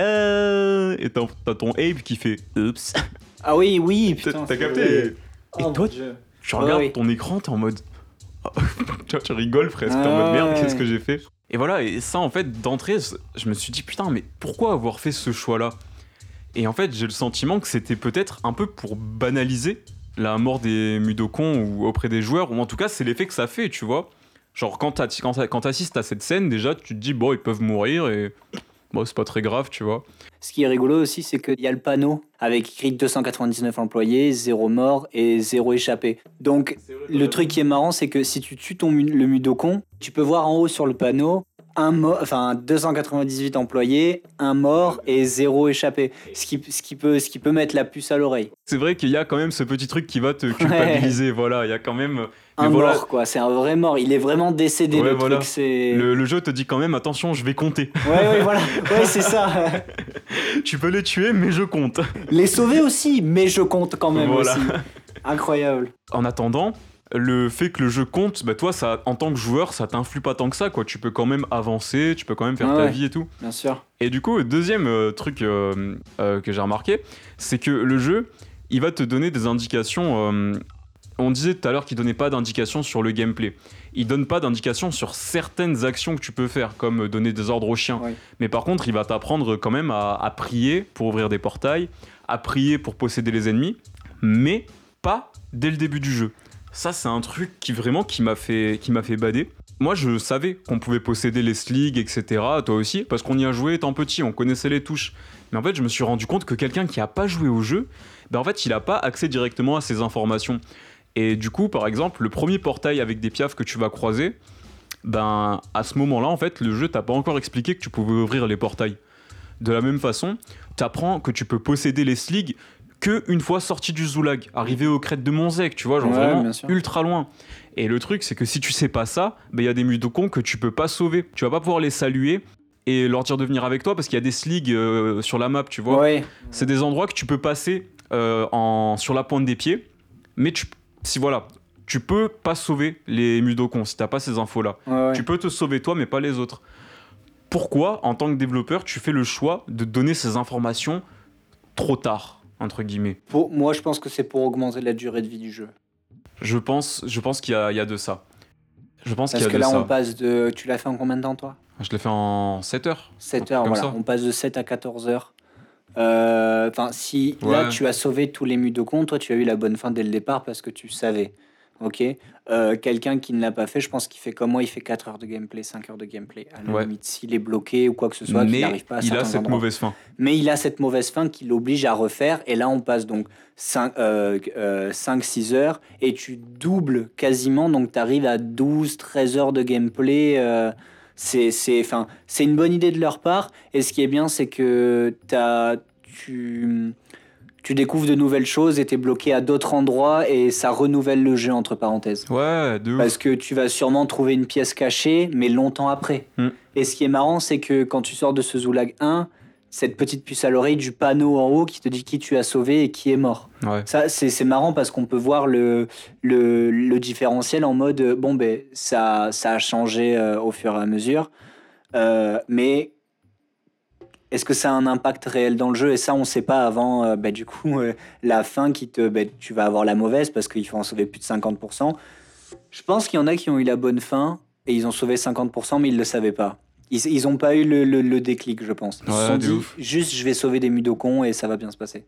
Speaker 1: ah et t'as, t'as ton Abe qui fait oups.
Speaker 2: Ah oui, oui,
Speaker 1: T'as,
Speaker 2: putain.
Speaker 1: t'as
Speaker 2: c'est
Speaker 1: capté?
Speaker 2: vrai.
Speaker 1: Et
Speaker 2: Oh, mon
Speaker 1: toi,
Speaker 2: Dieu.
Speaker 1: tu
Speaker 2: Ouais,
Speaker 1: regardes
Speaker 2: ouais.
Speaker 1: ton écran, t'es en mode. tu vois, tu rigoles presque, t'es en
Speaker 2: Ah
Speaker 1: mode merde,
Speaker 2: ouais.
Speaker 1: qu'est-ce que j'ai fait? Et voilà, et ça en fait, d'entrée, je me suis dit putain, mais pourquoi avoir fait ce choix-là? Et en fait, j'ai le sentiment que c'était peut-être un peu pour banaliser la mort des mudokons ou auprès des joueurs, ou en tout cas, c'est l'effet que ça fait, tu vois. Genre, quand t'as- quand t'as- quand t'assistes à cette scène, déjà, tu te dis, bon, ils peuvent mourir et. Bon, c'est pas très grave, tu vois.
Speaker 2: Ce qui est rigolo aussi, c'est qu'il y a le panneau avec écrit deux cent quatre-vingt-dix-neuf employés, zéro mort et zéro échappé. Donc, le truc qui est marrant, c'est que si tu tues ton, mu- le mudokon, tu peux voir en haut sur le panneau un mort, enfin deux cent quatre-vingt-dix-huit employés, un mort et zéro échappé. Ce qui, ce qui peut, ce qui peut mettre la puce à l'oreille.
Speaker 1: C'est vrai qu'il y a quand même ce petit truc qui va te culpabiliser, voilà. Il y a quand même.
Speaker 2: Un
Speaker 1: mais voilà,
Speaker 2: mort, quoi. C'est un vrai mort. Il est vraiment décédé,
Speaker 1: Ouais,
Speaker 2: le
Speaker 1: voilà.
Speaker 2: truc. C'est.
Speaker 1: le, le jeu te dit quand même, attention, je vais compter.
Speaker 2: Ouais, ouais, voilà. Ouais, c'est ça.
Speaker 1: Tu peux les tuer, mais je compte.
Speaker 2: Les sauver aussi, mais je compte quand même
Speaker 1: Voilà.
Speaker 2: aussi. Incroyable.
Speaker 1: En attendant, le fait que le jeu compte, bah toi, ça, en tant que joueur, ça t'influe pas tant que ça, quoi. Tu peux quand même avancer, tu peux quand même faire
Speaker 2: Ah
Speaker 1: ta
Speaker 2: ouais.
Speaker 1: vie et tout.
Speaker 2: Bien sûr.
Speaker 1: Et du coup, deuxième euh, truc euh, euh, que j'ai remarqué, c'est que le jeu, il va te donner des indications. Euh, on disait tout à l'heure qu'il donnait pas d'indications sur le gameplay. Il donne pas d'indications sur certaines actions que tu peux faire, comme donner des ordres aux chiens.
Speaker 2: Oui.
Speaker 1: Mais par contre, il va t'apprendre quand même à, à prier pour ouvrir des portails, à prier pour posséder les ennemis, mais pas dès le début du jeu. Ça, c'est un truc qui vraiment qui m'a fait, qui m'a fait bader. Moi, je savais qu'on pouvait posséder les sligs, et cetera. Toi aussi, parce qu'on y a joué étant petit, on connaissait les touches. Mais en fait, je me suis rendu compte que quelqu'un qui a pas joué au jeu, ben en fait, il a pas accès directement à ces informations. Et du coup, par exemple, le premier portail avec des piafs que tu vas croiser, ben à ce moment-là, en fait, le jeu t'a pas encore expliqué que tu pouvais ouvrir les portails. De la même façon, t'apprends que tu peux posséder les sligs que une fois sorti du Zoulag, arrivé aux crêtes de Monzec, tu vois, genre
Speaker 2: Ouais,
Speaker 1: vraiment
Speaker 2: bien sûr.
Speaker 1: ultra loin. Et le truc, c'est que si tu sais pas ça, ben il y a des Mudokons que tu peux pas sauver. Tu vas pas pouvoir les saluer et leur dire de venir avec toi parce qu'il y a des sligs euh, sur la map, tu vois.
Speaker 2: Ouais.
Speaker 1: C'est des endroits que tu peux passer euh, en, sur la pointe des pieds, mais tu, si voilà, tu peux pas sauver les Mudokons si t'as pas ces infos-là.
Speaker 2: Ouais, ouais.
Speaker 1: Tu peux te sauver toi, mais pas les autres. Pourquoi, en tant que développeur, tu fais le choix de donner ces informations trop tard, entre guillemets?
Speaker 2: Pour, moi, je pense que c'est pour augmenter la durée de vie du jeu.
Speaker 1: Je pense, je pense qu'il y a, il y a de ça. Je pense
Speaker 2: Parce
Speaker 1: qu'il y a
Speaker 2: que
Speaker 1: de
Speaker 2: là,
Speaker 1: ça.
Speaker 2: on passe de... Tu l'as fait en combien de temps, toi?
Speaker 1: Je l'ai fait en sept heures.
Speaker 2: sept
Speaker 1: un
Speaker 2: heures,
Speaker 1: truc comme
Speaker 2: voilà.
Speaker 1: ça.
Speaker 2: On passe de sept à quatorze heures. Euh, Enfin, si là,
Speaker 1: Ouais.
Speaker 2: tu as sauvé tous les Mudokons, toi, tu as eu la bonne fin dès le départ parce que tu savais. Ok. Euh, quelqu'un qui ne l'a pas fait, je pense qu'il fait comme moi, il fait quatre heures de gameplay, cinq heures de gameplay. À la
Speaker 1: Ouais.
Speaker 2: limite, s'il est bloqué ou quoi que ce soit, qu'il
Speaker 1: Mais
Speaker 2: n'arrive pas à
Speaker 1: il a
Speaker 2: certains
Speaker 1: cette
Speaker 2: endroits.
Speaker 1: mauvaise fin.
Speaker 2: Mais il a cette mauvaise fin qui l'oblige à refaire. Et là, on passe donc cinq six heures et tu doubles quasiment. Donc, tu arrives à douze treize heures de gameplay. Euh, c'est, c'est, 'fin, c'est une bonne idée de leur part. Et ce qui est bien, c'est que t'as, tu, tu découvres de nouvelles choses et tu es bloqué à d'autres endroits. Et ça renouvelle le jeu, entre parenthèses.
Speaker 1: Ouais, de ouf.
Speaker 2: Parce que tu vas sûrement trouver une pièce cachée, mais longtemps après.
Speaker 1: Mm.
Speaker 2: Et ce qui est marrant, c'est que quand tu sors de ce Zoulag un, cette petite puce à l'oreille du panneau en haut qui te dit qui tu as sauvé et qui est mort.
Speaker 1: Ouais.
Speaker 2: Ça, c'est, c'est marrant parce qu'on peut voir le, le, le différentiel en mode, euh, bon, ben, ça, ça a changé euh, au fur et à mesure. Euh, mais est-ce que ça a un impact réel dans le jeu? Et ça, on ne sait pas avant, euh, bah, du coup, euh, la fin qui te... bah, tu vas avoir la mauvaise parce qu'il faut en sauver plus de cinquante pour cent. Je pense qu'il y en a qui ont eu la bonne fin et ils ont sauvé cinquante pour cent, mais ils ne le savaient pas. Ils n'ont pas eu le, le, le déclic, je pense. Ils se
Speaker 1: Ouais,
Speaker 2: sont
Speaker 1: de
Speaker 2: dit,
Speaker 1: ouf.
Speaker 2: juste, je vais sauver des Mudokons et ça va bien se passer.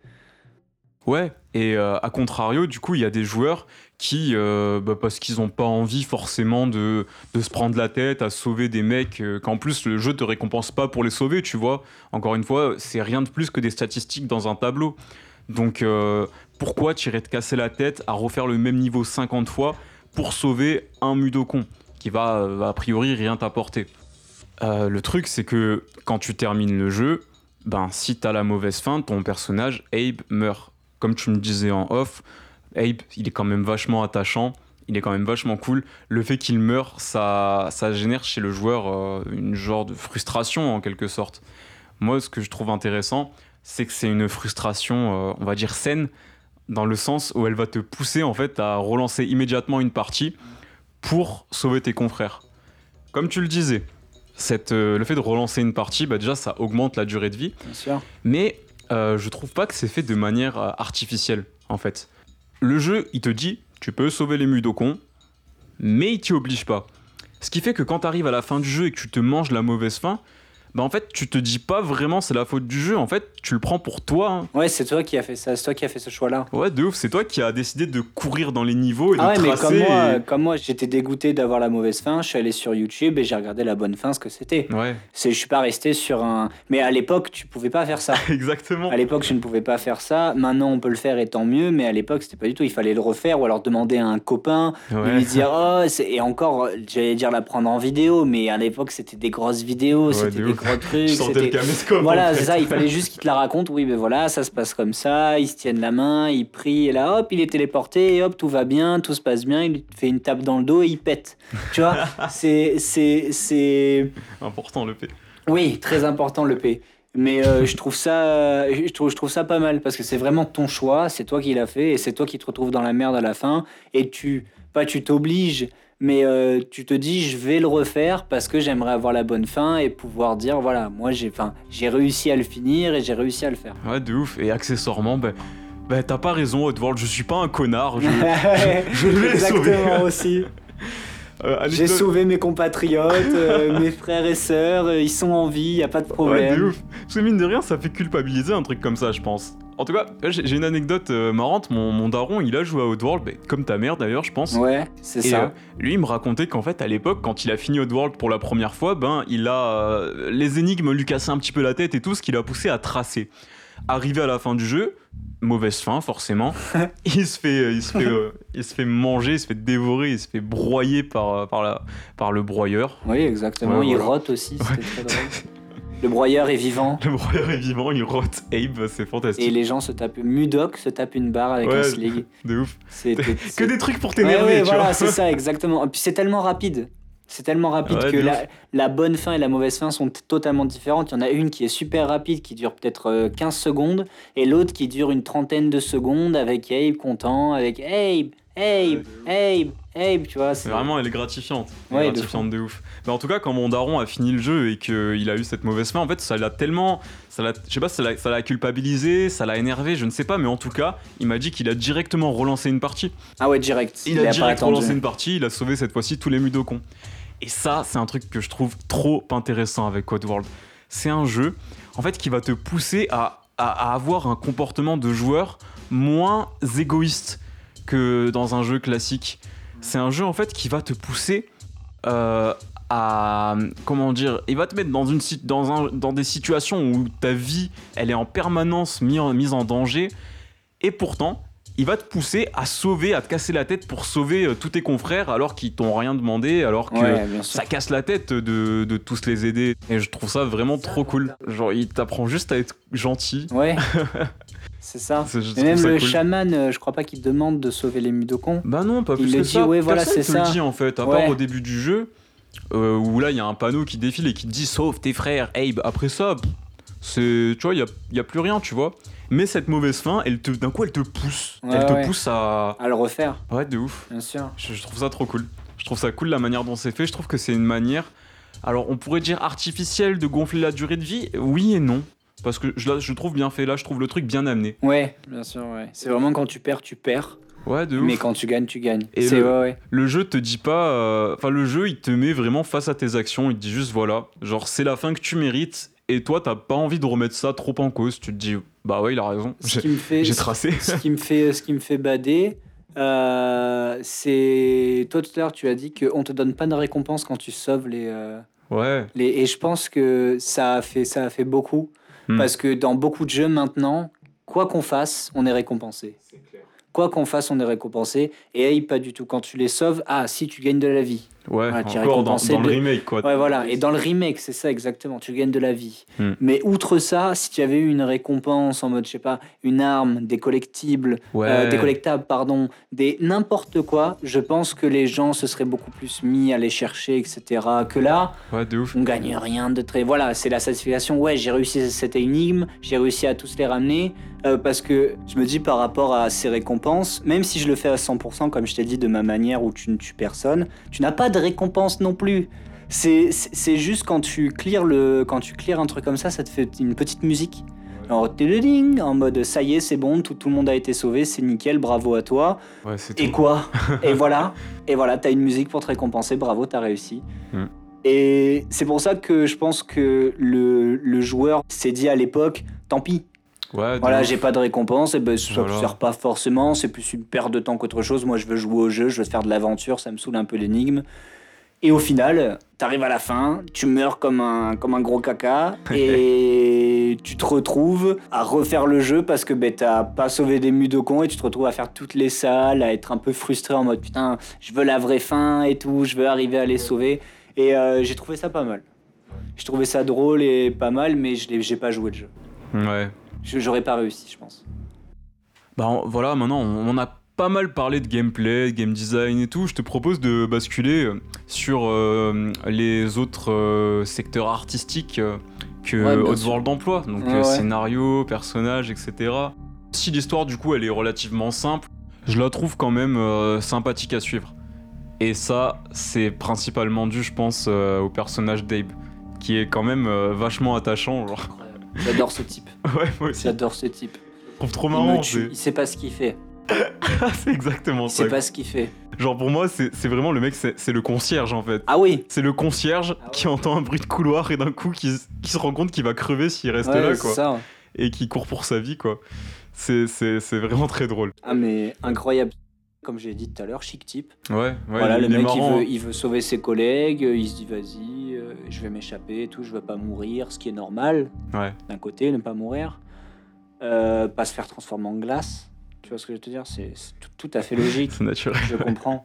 Speaker 1: Ouais, et euh, à contrario, du coup, il y a des joueurs qui, euh, bah, parce qu'ils n'ont pas envie forcément de, de se prendre la tête à sauver des mecs, euh, qu'en plus le jeu te récompense pas pour les sauver, tu vois. Encore une fois, c'est rien de plus que des statistiques dans un tableau. Donc euh, pourquoi t'irais te casser la tête à refaire le même niveau cinquante fois pour sauver un Mudokon qui va euh, a priori rien t'apporter? Euh, le truc, c'est que quand tu termines le jeu, ben, si t'as la mauvaise fin, ton personnage, Abe, meurt. Comme tu me disais en off, Abe, il est quand même vachement attachant, il est quand même vachement cool. Le fait qu'il meure, ça, ça génère chez le joueur euh, une genre de frustration en quelque sorte. Moi, ce que je trouve intéressant, c'est que c'est une frustration, euh, on va dire saine, dans le sens où elle va te pousser en fait à relancer immédiatement une partie pour sauver tes confrères. Comme tu le disais, cette, euh, le fait de relancer une partie, bah déjà ça augmente la durée de vie,
Speaker 2: Bien sûr.
Speaker 1: mais euh, je trouve pas que c'est fait de manière euh, artificielle en fait. Le jeu, il te dit, tu peux sauver les Mudokons, mais il t'y oblige pas. Ce qui fait que quand t'arrives à la fin du jeu et que tu te manges la mauvaise fin, bah en fait tu te dis pas vraiment c'est la faute du jeu, en fait tu le prends pour toi. Hein.
Speaker 2: Ouais, c'est toi qui as fait ça, c'est toi qui as fait ce choix-là.
Speaker 1: Ouais, de ouf, c'est toi qui as décidé de courir dans les niveaux et
Speaker 2: Ah
Speaker 1: de
Speaker 2: ouais, mais
Speaker 1: tracer.
Speaker 2: comme moi,
Speaker 1: et-
Speaker 2: comme moi, j'étais dégoûté d'avoir la mauvaise fin. Je suis allé sur YouTube et j'ai regardé la bonne fin, ce que c'était.
Speaker 1: Ouais,
Speaker 2: C'est, je suis pas resté sur un. Mais à l'époque, tu pouvais pas faire ça.
Speaker 1: exactement.
Speaker 2: À l'époque, je ne pouvais pas faire ça. Maintenant, on peut le faire et tant mieux. Mais à l'époque, c'était pas du tout. Il fallait le refaire ou alors demander à un copain,
Speaker 1: Ouais.
Speaker 2: lui dire oh, c'est... et encore, j'allais dire la prendre en vidéo, mais à l'époque, c'était des grosses vidéos,
Speaker 1: Ouais,
Speaker 2: c'était
Speaker 1: de
Speaker 2: des
Speaker 1: ouf.
Speaker 2: gros trucs.
Speaker 1: Je sortais
Speaker 2: c'était-
Speaker 1: le caméscope.
Speaker 2: Voilà,
Speaker 1: en fait.
Speaker 2: c'est ça, il fallait juste qu'il te la raconte. Oui, ben voilà, ça se passe comme ça. Ils se tiennent la main, ils prient, et là, hop, il est téléporté, et hop, tout va bien, tout se passe bien. Il te fait une tape dans le dos et il pète. Tu vois, c'est, c'est, c'est.
Speaker 1: Important le P.
Speaker 2: Oui, très important le P. Mais euh, je trouve ça, je trouve, je trouve ça pas mal parce que c'est vraiment ton choix, c'est toi qui l'as fait et c'est toi qui te retrouves dans la merde à la fin et tu, pas tu t'obliges, mais euh, tu te dis je vais le refaire parce que j'aimerais avoir la bonne fin et pouvoir dire voilà moi j'ai, enfin j'ai réussi à le finir et j'ai réussi à le faire.
Speaker 1: Ouais, de ouf. Et accessoirement, ben, bah t'as pas raison, Oddworld, je suis pas un connard, je, je, je l'ai sauvé.
Speaker 2: Exactement aussi.
Speaker 1: Euh, anecdote...
Speaker 2: J'ai sauvé mes compatriotes, euh, mes frères et sœurs, euh, ils sont en vie, y a pas de problème.
Speaker 1: Ouais, de ouf. Parce que mine de rien, ça fait culpabiliser un truc comme ça, je pense. En tout cas, j'ai, j'ai une anecdote euh, marrante. Mon, mon daron, il a joué à Oddworld, bah, comme ta mère d'ailleurs, je pense.
Speaker 2: Ouais, c'est
Speaker 1: et,
Speaker 2: ça.
Speaker 1: Euh, lui, il me racontait qu'en fait, à l'époque, quand il a fini Oddworld pour la première fois, ben, il a euh, les énigmes lui cassaient un petit peu la tête et tout, ce qui l'a poussé à tracer. Arrivé à la fin du jeu, mauvaise fin forcément, il se fait, il se fait, euh, il se fait manger, il se fait dévorer, il se fait broyer par, par, la, par le broyeur.
Speaker 2: Oui, exactement.
Speaker 1: Ouais,
Speaker 2: il
Speaker 1: voilà.
Speaker 2: rote aussi, c'était
Speaker 1: Ouais.
Speaker 2: très drôle. Le broyeur est vivant.
Speaker 1: Le broyeur est vivant, il rote Abe, c'est fantastique.
Speaker 2: Et les gens se tapent. Mudok se tape une barre avec
Speaker 1: Ouais,
Speaker 2: un sling.
Speaker 1: de ouf.
Speaker 2: C'est,
Speaker 1: Que
Speaker 2: c'est...
Speaker 1: des trucs pour
Speaker 2: Ouais,
Speaker 1: t'énerver,
Speaker 2: ouais,
Speaker 1: tu
Speaker 2: voilà,
Speaker 1: vois.
Speaker 2: c'est ça, exactement. Et puis c'est tellement rapide. C'est tellement rapide
Speaker 1: Ouais,
Speaker 2: que
Speaker 1: de
Speaker 2: la,
Speaker 1: ouf.
Speaker 2: la bonne fin et la mauvaise fin sont t- totalement différentes. Il y en a une qui est super rapide, qui dure peut-être euh, quinze secondes, et l'autre qui dure une trentaine de secondes avec Abe content, avec Abe, Abe, Abe, Abe, tu vois.
Speaker 1: C'est vraiment, elle est gratifiante. Elle est
Speaker 2: Ouais, de
Speaker 1: gratifiante de, ouf. Mais en tout cas, quand mon daron a fini le jeu et qu'il a eu cette mauvaise fin, en fait, ça l'a tellement. Ça l'a, je sais pas, ça l'a, ça l'a culpabilisé, ça l'a énervé, je ne sais pas, mais en tout cas, il m'a dit qu'il a directement relancé une partie.
Speaker 2: Ah ouais, direct.
Speaker 1: Il,
Speaker 2: Il
Speaker 1: a,
Speaker 2: a pas
Speaker 1: direct
Speaker 2: attendu.
Speaker 1: relancé une partie, il a sauvé cette fois-ci tous les Mudokons. Et ça, c'est un truc que je trouve trop intéressant avec Oddworld. C'est un jeu, en fait, qui va te pousser à, à, à avoir un comportement de joueur moins égoïste que dans un jeu classique. C'est un jeu, en fait, qui va te pousser euh, à... Comment dire? Il va te mettre dans, une, si- dans, un, dans des situations où ta vie, elle est en permanence mise en, mise en danger. Et pourtant, il va te pousser à sauver, à te casser la tête pour sauver euh, tous tes confrères alors qu'ils t'ont rien demandé, alors que
Speaker 2: Ouais, bien sûr.
Speaker 1: ça casse la tête de, de tous les aider. Et je trouve ça vraiment trop cool. Genre, il t'apprend juste à être gentil.
Speaker 2: Ouais. C'est ça.
Speaker 1: C'est- je
Speaker 2: Et
Speaker 1: trouve
Speaker 2: même
Speaker 1: ça
Speaker 2: le
Speaker 1: cool.
Speaker 2: chaman, euh, je crois pas qu'il demande de sauver les Mudokons.
Speaker 1: Bah non, pas
Speaker 2: Il
Speaker 1: plus
Speaker 2: le
Speaker 1: que
Speaker 2: dit,
Speaker 1: ça.
Speaker 2: ouais, voilà,
Speaker 1: Personne
Speaker 2: c'est
Speaker 1: te
Speaker 2: ça.
Speaker 1: le dit en fait, à
Speaker 2: Ouais.
Speaker 1: part au début du jeu, euh, où là il y a un panneau qui défile et qui te dit sauve tes frères, Abe. Après ça, pff, c'est, tu vois, il y a, y a plus rien, tu vois. Mais cette mauvaise fin, elle te, d'un coup, elle te pousse.
Speaker 2: Ouais,
Speaker 1: elle te
Speaker 2: ouais.
Speaker 1: pousse à.
Speaker 2: À le refaire,
Speaker 1: Ouais, de ouf.
Speaker 2: bien sûr.
Speaker 1: Je, je trouve ça trop cool. Je trouve ça cool la manière dont c'est fait. Je trouve que c'est une manière. Alors, on pourrait dire artificielle de gonfler la durée de vie. Oui et non. Parce que je, là, je trouve bien fait. Là, je trouve le truc bien amené.
Speaker 2: Ouais, bien sûr, ouais. C'est vraiment quand tu perds, tu perds.
Speaker 1: Ouais, de ouf.
Speaker 2: Mais quand tu gagnes, tu gagnes.
Speaker 1: Et
Speaker 2: c'est
Speaker 1: le-
Speaker 2: ouais, ouais.
Speaker 1: Le jeu te dit pas. euh, Enfin, le jeu, il te met vraiment face à tes actions. Il te dit juste, voilà, genre, c'est la fin que tu mérites. Et toi, t'as pas envie de remettre ça trop en cause. Tu te dis, bah ouais, il a raison.
Speaker 2: Ce
Speaker 1: J'ai,
Speaker 2: qui me fait,
Speaker 1: j'ai tracé.
Speaker 2: ce qui me fait, ce qui me fait bader, euh, c'est toi tout à l'heure, tu as dit qu'on te donne pas de récompense quand tu sauves les, euh,
Speaker 1: Ouais.
Speaker 2: les. Et je pense que ça a fait, ça a fait beaucoup,
Speaker 1: Hmm.
Speaker 2: parce que dans beaucoup de jeux maintenant, quoi qu'on fasse, on est récompensé. Quoi qu'on fasse, on est récompensé. Et hey, pas du tout. Quand tu les sauves, ah, si tu gagnes de la vie.
Speaker 1: Ouais,
Speaker 2: Ouais, tu es
Speaker 1: encore dans,
Speaker 2: récompensé
Speaker 1: dans le
Speaker 2: de-
Speaker 1: remake, quoi.
Speaker 2: Ouais, voilà. Et dans le remake, c'est ça exactement. Tu gagnes de la vie.
Speaker 1: Hmm.
Speaker 2: Mais outre ça, si tu avais eu une récompense en mode, je sais pas, une arme, des collectibles,
Speaker 1: Ouais.
Speaker 2: euh, des collectables, pardon, des n'importe quoi, je pense que les gens se seraient beaucoup plus mis à les chercher, et cetera. Que là,
Speaker 1: Ouais, de ouf.
Speaker 2: on gagne rien de très. Voilà, c'est la satisfaction. Ouais, j'ai réussi cette énigme, j'ai réussi à tous les ramener. euh, parce que je me dis par rapport à ces récompenses, même si je le fais à cent pour cent, comme je t'ai dit, de ma manière où tu ne tues personne, tu n'as pas de récompense non plus. C'est, c'est, c'est juste quand tu clears le, quand tu clears un truc comme ça, ça te fait une petite musique. Alors, tididing, en mode ça y est, c'est bon, tout, tout le monde a été sauvé, c'est nickel, bravo à toi.
Speaker 1: Ouais, c'est
Speaker 2: Et
Speaker 1: tout.
Speaker 2: quoi? Et voilà, et voilà, t'as une musique pour te récompenser, bravo, t'as réussi.
Speaker 1: Mm.
Speaker 2: Et c'est pour ça que je pense que le, le joueur s'est dit à l'époque, tant pis.
Speaker 1: Ouais, de
Speaker 2: Voilà,
Speaker 1: ouf.
Speaker 2: j'ai pas de récompense, et ben ça
Speaker 1: Voilà.
Speaker 2: ne sert pas forcément, c'est plus une perte de temps qu'autre chose. Moi, je veux jouer au jeu, je veux faire de l'aventure, ça me saoule un peu l'énigme. Et au final, t'arrives à la fin, tu meurs comme un, comme un gros caca, et tu te retrouves à refaire le jeu parce que ben, t'as pas sauvé des Mudokons, et tu te retrouves à faire toutes les salles, à être un peu frustré en mode putain, je veux la vraie fin et tout, je veux arriver à les sauver. Et euh, j'ai trouvé ça pas mal. J'ai trouvé ça drôle et pas mal, mais je l'ai- j'ai pas joué le jeu.
Speaker 1: Ouais.
Speaker 2: Je- J'aurais pas réussi, je pense.
Speaker 1: Bah on- voilà, maintenant on, on a pas mal parlé de gameplay, de game design et tout. Je te propose de basculer euh, sur euh, les autres euh, secteurs artistiques euh, que
Speaker 2: Ouais, bien
Speaker 1: Oddworld emploie. Donc
Speaker 2: Ouais,
Speaker 1: euh,
Speaker 2: ouais.
Speaker 1: scénario, personnages, et cetera. Si l'histoire du coup elle est relativement simple, je la trouve quand même euh, sympathique à suivre. Et ça, c'est principalement dû, je pense, euh, au personnage d'Abe, qui est quand même euh, vachement attachant. Genre.
Speaker 2: J'adore ce type.
Speaker 1: Ouais, moi aussi.
Speaker 2: J'adore ce type.
Speaker 1: trouve trop
Speaker 2: Il
Speaker 1: marrant.
Speaker 2: me tue.
Speaker 1: C'est...
Speaker 2: Il sait pas ce qu'il fait.
Speaker 1: c'est exactement
Speaker 2: Il
Speaker 1: ça.
Speaker 2: sait pas ce qu'il fait.
Speaker 1: Genre pour moi, c'est, c'est vraiment le mec, c'est, c'est le concierge en fait.
Speaker 2: Ah oui.
Speaker 1: C'est le concierge
Speaker 2: Ah ouais.
Speaker 1: qui entend un bruit de couloir et d'un coup qui, qui se rend compte qu'il va crever s'il reste
Speaker 2: Ouais,
Speaker 1: là,
Speaker 2: c'est
Speaker 1: quoi.
Speaker 2: ça.
Speaker 1: Et qui court pour sa vie, quoi. C'est, c'est, c'est vraiment très drôle.
Speaker 2: Ah mais incroyable. Comme j'ai dit tout à l'heure, chic type.
Speaker 1: Ouais, ouais.
Speaker 2: Voilà,
Speaker 1: il,
Speaker 2: le
Speaker 1: il est
Speaker 2: mec,
Speaker 1: marrant,
Speaker 2: il, veut,
Speaker 1: hein.
Speaker 2: il veut sauver ses collègues, il se dit vas-y, euh, je vais m'échapper et tout, je veux pas mourir, ce qui est normal,
Speaker 1: Ouais.
Speaker 2: d'un côté, ne pas mourir. Euh, pas se faire transformer en glace, tu vois ce que je veux te dire, c'est, c'est tout, tout à fait logique,
Speaker 1: C'est naturel.
Speaker 2: je comprends.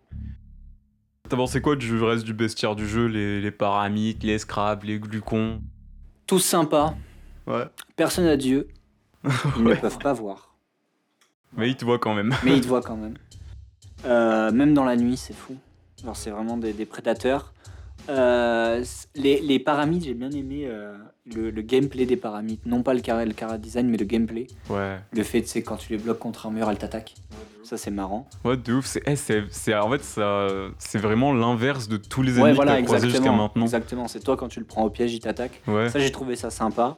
Speaker 1: T'as pensé quoi du reste du bestiaire du jeu, les, les paramites, les scrabs, les glucons?
Speaker 2: Tous sympas,
Speaker 1: Ouais.
Speaker 2: personne à Dieu, ils
Speaker 1: Ouais.
Speaker 2: ne peuvent pas voir,
Speaker 1: Mais il te voit quand même.
Speaker 2: mais ils te voient quand même. Euh, même dans la nuit, c'est fou, genre c'est vraiment des, des prédateurs. Euh, les, les paramites, j'ai bien aimé euh, le, le gameplay des paramites, non pas le cara, le cara design, mais le gameplay.
Speaker 1: Ouais.
Speaker 2: Le fait, c'est quand tu les bloques contre un mur, elles t'attaquent. Ça, c'est marrant.
Speaker 1: Ouais, de ouf. C'est, eh, c'est, c'est, en fait, ça, c'est vraiment l'inverse de tous les
Speaker 2: Ouais,
Speaker 1: ennemis
Speaker 2: voilà,
Speaker 1: que t'as croisés jusqu'à
Speaker 2: exactement.
Speaker 1: maintenant.
Speaker 2: Exactement. C'est toi, quand tu le prends au piège, il t'attaque.
Speaker 1: Ouais.
Speaker 2: Ça, j'ai trouvé ça sympa.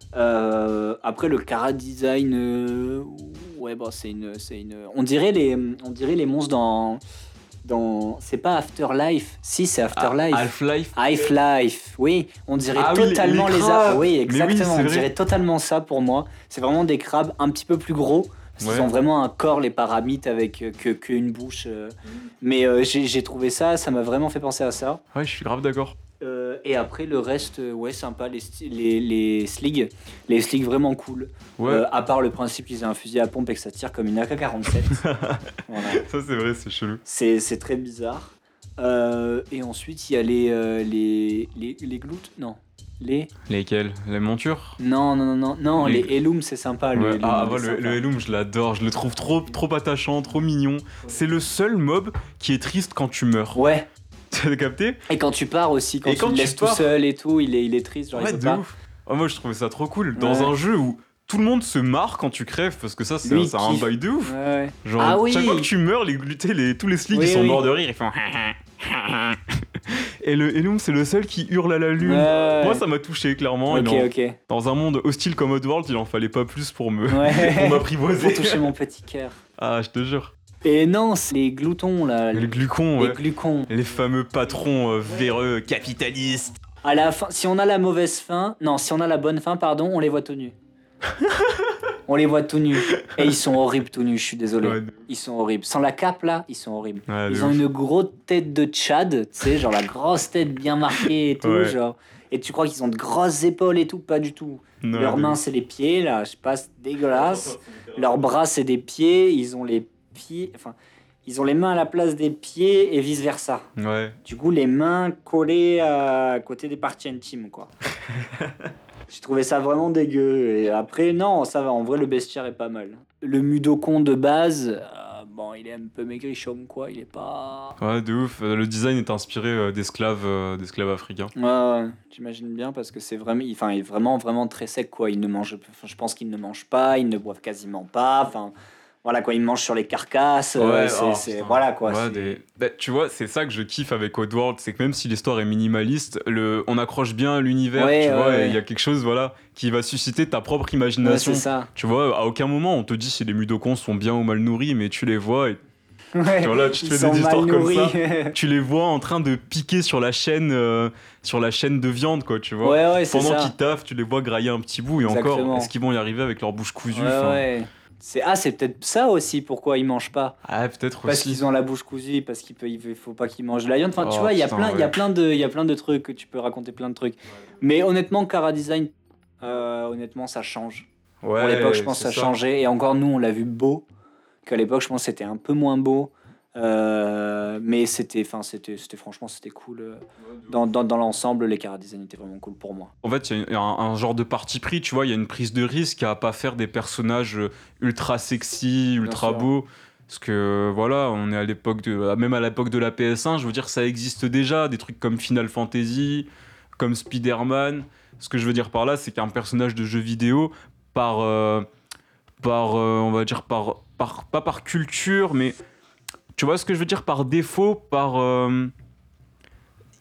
Speaker 2: Euh, après, le cara design, euh, ouais, bah, c'est une, c'est une. On dirait les, on dirait les monstres dans, dans. C'est pas Afterlife. Si, c'est Afterlife.
Speaker 1: Ah, Half-Life.
Speaker 2: Half-Life, oui, on dirait
Speaker 1: Ah oui, les-
Speaker 2: totalement
Speaker 1: les
Speaker 2: les,
Speaker 1: crabes.
Speaker 2: a- oui,
Speaker 1: Mais oui,
Speaker 2: exactement,
Speaker 1: c'est
Speaker 2: on
Speaker 1: vrai.
Speaker 2: dirait totalement ça pour moi. C'est vraiment des crabes un petit peu plus gros. Parce qu'ils
Speaker 1: Ouais.
Speaker 2: ont vraiment un corps, les paramites, avec euh, que qu'une bouche. euh. Mais euh, j'ai j'ai trouvé ça, ça m'a vraiment fait penser à ça.
Speaker 1: Ouais, je suis grave d'accord.
Speaker 2: Euh, et après, le reste, euh, ouais, sympa, les, sti- les, les sligs. Les sligs vraiment cool.
Speaker 1: Ouais.
Speaker 2: Euh, à part le principe qu'ils aient un fusil à pompe et que ça tire comme une A K quarante-sept. Voilà.
Speaker 1: Ça, c'est vrai, c'est chelou.
Speaker 2: C'est c'est très bizarre. Euh, et ensuite, il y a les, euh, les, les, les gloutes. Non. Les.
Speaker 1: Lesquels? Les montures?
Speaker 2: Non, non, non, non. Non,
Speaker 1: Les-
Speaker 2: les Elum, c'est sympa. Le
Speaker 1: Ouais.
Speaker 2: Elum,
Speaker 1: Ah,
Speaker 2: il est
Speaker 1: ouais, le,
Speaker 2: sympa.
Speaker 1: le Elum, je l'adore. Je le trouve trop, trop attachant, trop mignon. C'est le seul mob qui est triste quand tu meurs.
Speaker 2: Ouais.
Speaker 1: Tu as capté?
Speaker 2: Et quand tu pars aussi, quand
Speaker 1: Et
Speaker 2: tu
Speaker 1: quand
Speaker 2: le
Speaker 1: tu
Speaker 2: laisses tout
Speaker 1: pars.
Speaker 2: seul et tout, il est, il est triste. Genre,
Speaker 1: Ouais,
Speaker 2: il peut
Speaker 1: de
Speaker 2: pas.
Speaker 1: ouf. Ah, moi, je trouvais ça trop cool. Dans
Speaker 2: Ouais.
Speaker 1: un jeu où tout le monde se marre quand tu crèves, parce que ça, c'est,
Speaker 2: Lui, il
Speaker 1: c'est un
Speaker 2: kiffe.
Speaker 1: bail de ouf.
Speaker 2: Ouais, ouais.
Speaker 1: Genre,
Speaker 2: Ah oui.
Speaker 1: chaque fois que tu meurs, les glutés, les, tous les sligs,
Speaker 2: Oui,
Speaker 1: ils sont
Speaker 2: oui.
Speaker 1: morts de rire. Ils font. Et le Elum, c'est le seul qui hurle à la lune.
Speaker 2: Ouais.
Speaker 1: Moi, ça m'a touché, clairement. Et
Speaker 2: Ok,
Speaker 1: dans,
Speaker 2: ok.
Speaker 1: dans un monde hostile comme Oddworld, il en fallait pas plus pour me pour
Speaker 2: Ouais.
Speaker 1: m'apprivoiser.
Speaker 2: Pour toucher mon petit cœur.
Speaker 1: Ah, je te jure.
Speaker 2: Et non, c'est les gloutons là.
Speaker 1: Les glucons,
Speaker 2: les
Speaker 1: ouais.
Speaker 2: glucons.
Speaker 1: Les fameux patrons euh, véreux, capitalistes.
Speaker 2: À la fin, si on a la mauvaise fin, non, si on a la bonne fin, pardon, on les voit tout nus. On les voit tout nus. Et ils sont horribles tout nus, je suis désolé.
Speaker 1: Ouais, de-
Speaker 2: Ils sont horribles. Sans la cape là, ils sont horribles.
Speaker 1: ouais, de
Speaker 2: Ils ont
Speaker 1: ouf.
Speaker 2: une grosse tête de Tchad, tu sais, genre la grosse tête bien marquée et tout,
Speaker 1: Ouais.
Speaker 2: genre. Et tu crois qu'ils ont de grosses épaules et tout, pas du tout.
Speaker 1: Non,
Speaker 2: Leurs
Speaker 1: de
Speaker 2: mains
Speaker 1: ouf.
Speaker 2: c'est les pieds là, je sais pas, c'est dégueulasse. Leurs bras c'est des pieds, ils ont les pieds, enfin, ils ont les mains à la place des pieds et vice versa.
Speaker 1: Ouais.
Speaker 2: Du coup, les mains collées à côté des parties intimes, quoi. J'ai trouvé ça vraiment dégueu. Et après, non, ça va. En vrai, le bestiaire est pas mal. Le Mudokon de base, euh, bon, il est un peu maigrichon, quoi. Il est pas.
Speaker 1: Ouais, de ouf. Euh, Le design est inspiré euh, d'esclaves, euh, d'esclaves africains.
Speaker 2: Ouais, ouais, j'imagine bien parce que c'est vraiment, enfin, il est vraiment, vraiment très sec, quoi. Il ne mange, enfin, je pense qu'il ne mange pas, il ne boivent quasiment pas. Enfin, voilà, quoi. Il mange sur les carcasses. euh,
Speaker 1: Ouais,
Speaker 2: c'est,
Speaker 1: oh,
Speaker 2: c'est-
Speaker 1: putain.
Speaker 2: voilà, quoi.
Speaker 1: Ouais,
Speaker 2: c'est-
Speaker 1: des- bah, tu vois, c'est ça que je kiffe avec Oddworld, c'est que même si l'histoire est minimaliste, le... on accroche bien à l'univers,
Speaker 2: Ouais,
Speaker 1: tu
Speaker 2: ouais,
Speaker 1: vois, et
Speaker 2: ouais.
Speaker 1: il y a quelque chose, voilà, qui va susciter ta propre
Speaker 2: Ouais,
Speaker 1: imagination.
Speaker 2: c'est ça.
Speaker 1: Tu vois, à aucun moment on te dit si les mudokons sont bien ou mal nourris, mais tu les vois et
Speaker 2: Ouais,
Speaker 1: Voilà, tu te
Speaker 2: ils
Speaker 1: fais
Speaker 2: sont
Speaker 1: des histoires
Speaker 2: mal
Speaker 1: comme
Speaker 2: nourris.
Speaker 1: tu les vois en train de piquer sur la chaîne, euh, sur la chaîne de viande, quoi, tu vois.
Speaker 2: Ouais, ouais, c'est
Speaker 1: Pendant
Speaker 2: ça.
Speaker 1: qu'ils taffent, tu les vois grailler un petit bout et
Speaker 2: Exactement.
Speaker 1: encore, est-ce qu'ils vont y arriver avec leur bouche cousue
Speaker 2: Ouais,
Speaker 1: enfin,
Speaker 2: ouais. C'est... Ah, c'est peut-être ça aussi pourquoi ils mangent pas.
Speaker 1: Ah, peut-être
Speaker 2: Parce
Speaker 1: aussi.
Speaker 2: qu'ils ont la bouche cousue, parce qu'il peut, il faut pas qu'ils mangent de la viande. Enfin, tu
Speaker 1: Oh,
Speaker 2: vois, il y a
Speaker 1: putain,
Speaker 2: plein, il y a
Speaker 1: ouais.
Speaker 2: plein de, il y a plein de trucs que tu peux raconter, plein de trucs. Mais honnêtement, Cara Design, euh, honnêtement, ça change.
Speaker 1: Ouais,
Speaker 2: Pour l'époque, je pense que
Speaker 1: c'est
Speaker 2: ça a changé. Et encore, nous, on l'a vu beau. Qu'à l'époque, je pense que c'était un peu moins beau. Euh, mais c'était, enfin, c'était, c'était franchement, c'était cool. euh. Dans, dans, dans l'ensemble, les Cara Design étaient vraiment cool pour moi.
Speaker 1: En fait, il y a un, un genre de parti pris, tu vois, il y a une prise de risque à pas faire des personnages ultra sexy, ultra
Speaker 2: sûr.
Speaker 1: beaux. Parce que voilà, on est à l'époque de. Même à l'époque de la P S un, je veux dire, ça existe déjà, des trucs comme Final Fantasy, comme Spider-Man. Ce que je veux dire par là, c'est qu'un personnage de jeu vidéo, par. euh, par euh, on va dire, par, par. Pas par culture, mais. Tu vois ce que je veux dire par défaut, par. euh,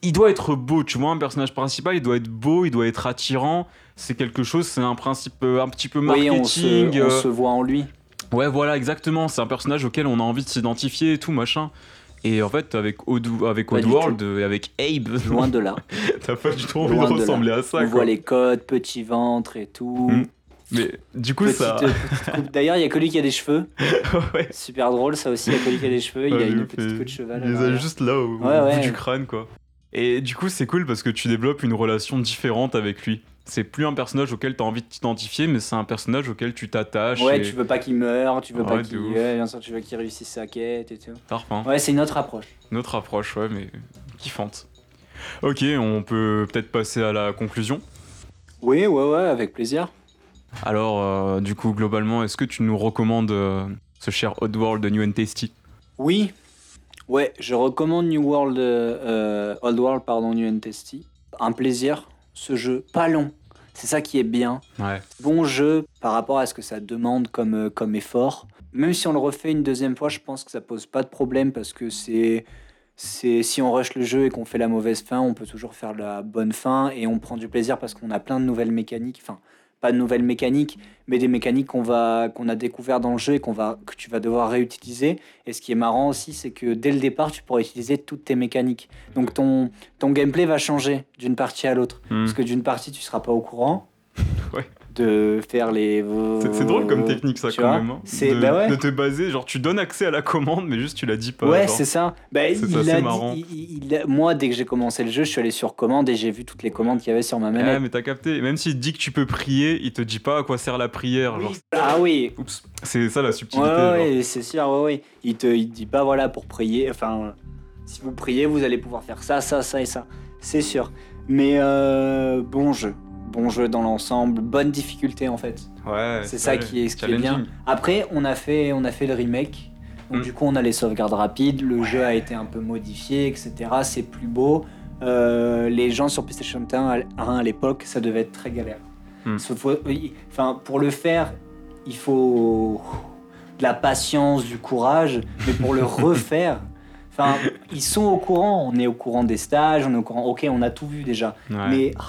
Speaker 1: il doit être beau, tu vois, un personnage principal, il doit être beau, il doit être attirant. C'est quelque chose, c'est un principe euh, un petit peu
Speaker 2: Oui, on
Speaker 1: marketing.
Speaker 2: se, on
Speaker 1: euh,
Speaker 2: se voit en lui.
Speaker 1: Ouais, voilà, exactement. C'est un personnage auquel on a envie de s'identifier et tout, machin. Et en fait, avec, Odd, avec
Speaker 2: Pas du
Speaker 1: Oddworld
Speaker 2: tout.
Speaker 1: et avec Abe,
Speaker 2: Loin de là.
Speaker 1: t'as pas du tout envie de
Speaker 2: Loin de là.
Speaker 1: ressembler à ça,
Speaker 2: On
Speaker 1: quoi.
Speaker 2: voit les codes, petit ventre et tout.
Speaker 1: Mm. Mais du coup,
Speaker 2: Petite,
Speaker 1: ça.
Speaker 2: euh, petite coupe. D'ailleurs, il y a que lui qui a des cheveux.
Speaker 1: Ouais.
Speaker 2: Super drôle, ça aussi. Il y a que lui qui a des cheveux. Il
Speaker 1: Ouais,
Speaker 2: a
Speaker 1: de
Speaker 2: une
Speaker 1: ouf,
Speaker 2: petite
Speaker 1: et
Speaker 2: queue de cheval.
Speaker 1: Il les a
Speaker 2: derrière.
Speaker 1: juste là, au,
Speaker 2: Ouais,
Speaker 1: au
Speaker 2: ouais.
Speaker 1: bout du crâne, quoi. Et du coup, c'est cool parce que tu développes une relation différente avec lui. C'est plus un personnage auquel t'as envie de t'identifier, mais c'est un personnage auquel tu t'attaches.
Speaker 2: Ouais,
Speaker 1: et...
Speaker 2: tu veux pas qu'il meure, tu veux
Speaker 1: Ouais,
Speaker 2: pas
Speaker 1: de
Speaker 2: qu'il.
Speaker 1: ouf.
Speaker 2: Ouais, bien sûr, tu veux qu'il réussisse sa quête et tout.
Speaker 1: Tarp, hein.
Speaker 2: Ouais, c'est une autre approche.
Speaker 1: Une autre approche, ouais, mais kiffante. Ok, on peut peut-être passer à la conclusion.
Speaker 2: Oui, ouais, ouais, avec plaisir.
Speaker 1: Alors, euh, du coup, globalement, est-ce que tu nous recommandes euh, ce cher Oddworld de New and Tasty?
Speaker 2: Oui, ouais, je recommande New World, euh, Old World, pardon, New and Tasty. Un plaisir, ce jeu, pas long. C'est ça qui est bien.
Speaker 1: Ouais.
Speaker 2: Bon jeu par rapport à ce que ça demande comme, euh, comme effort. Même si on le refait une deuxième fois, je pense que ça pose pas de problème parce que c'est, c'est si on rush le jeu et qu'on fait la mauvaise fin, on peut toujours faire la bonne fin et on prend du plaisir parce qu'on a plein de nouvelles mécaniques. Enfin, pas de nouvelles mécaniques, mais des mécaniques qu'on va, qu'on a découvert dans le jeu et qu'on va, que tu vas devoir réutiliser. Et ce qui est marrant aussi, c'est que dès le départ, tu pourras utiliser toutes tes mécaniques. Donc ton, ton gameplay va changer d'une partie à l'autre.
Speaker 1: Hmm.
Speaker 2: Parce que d'une partie, tu seras pas au courant.
Speaker 1: Ouais.
Speaker 2: De faire les.
Speaker 1: C'est, c'est drôle comme technique, ça,
Speaker 2: Tu
Speaker 1: quand
Speaker 2: vois,
Speaker 1: même. hein.
Speaker 2: c'est-
Speaker 1: de,
Speaker 2: bah ouais.
Speaker 1: de te baser, genre, tu donnes accès à la commande, mais juste tu la dis pas.
Speaker 2: Ouais,
Speaker 1: genre.
Speaker 2: c'est ça. Bah,
Speaker 1: C'est-
Speaker 2: il
Speaker 1: c'est assez
Speaker 2: a dit-
Speaker 1: marrant.
Speaker 2: il- il- il a- moi, dès que j'ai commencé le jeu, je suis allé sur commande et j'ai vu toutes les commandes qu'il y avait sur ma
Speaker 1: Ah,
Speaker 2: manette.
Speaker 1: mais t'as capté. Même s'il te dit que tu peux prier, il te dit pas à quoi sert la prière. Genre,
Speaker 2: Ah oui.
Speaker 1: oups, c'est ça la subtilité.
Speaker 2: Ouais,
Speaker 1: genre.
Speaker 2: ouais, c'est sûr, ouais, ouais. Il te, il te dit pas, voilà, pour prier. Enfin, euh, si vous priez, vous allez pouvoir faire ça, ça, ça et ça. C'est sûr. Mais euh, bon jeu. Bon jeu dans l'ensemble. Bonne difficulté, en fait.
Speaker 1: Ouais,
Speaker 2: C'est ça
Speaker 1: ouais,
Speaker 2: qui est, ce qui est
Speaker 1: challenging.
Speaker 2: bien. Après, on a fait, on a fait le remake. Donc
Speaker 1: Mm.
Speaker 2: du coup, on a les sauvegardes rapides. Le jeu a été un peu modifié, et cetera. C'est plus beau. Euh, les gens sur PlayStation un à l'époque, ça devait être très galère.
Speaker 1: Mm.
Speaker 2: Sauf- faut- oui, enfin, pour le faire, il faut de la patience, du courage. Mais pour le refaire, enfin, ils sont au courant. On est au courant des stages, on est au courant. Ok, on a tout vu déjà.
Speaker 1: Ouais.
Speaker 2: Mais ah,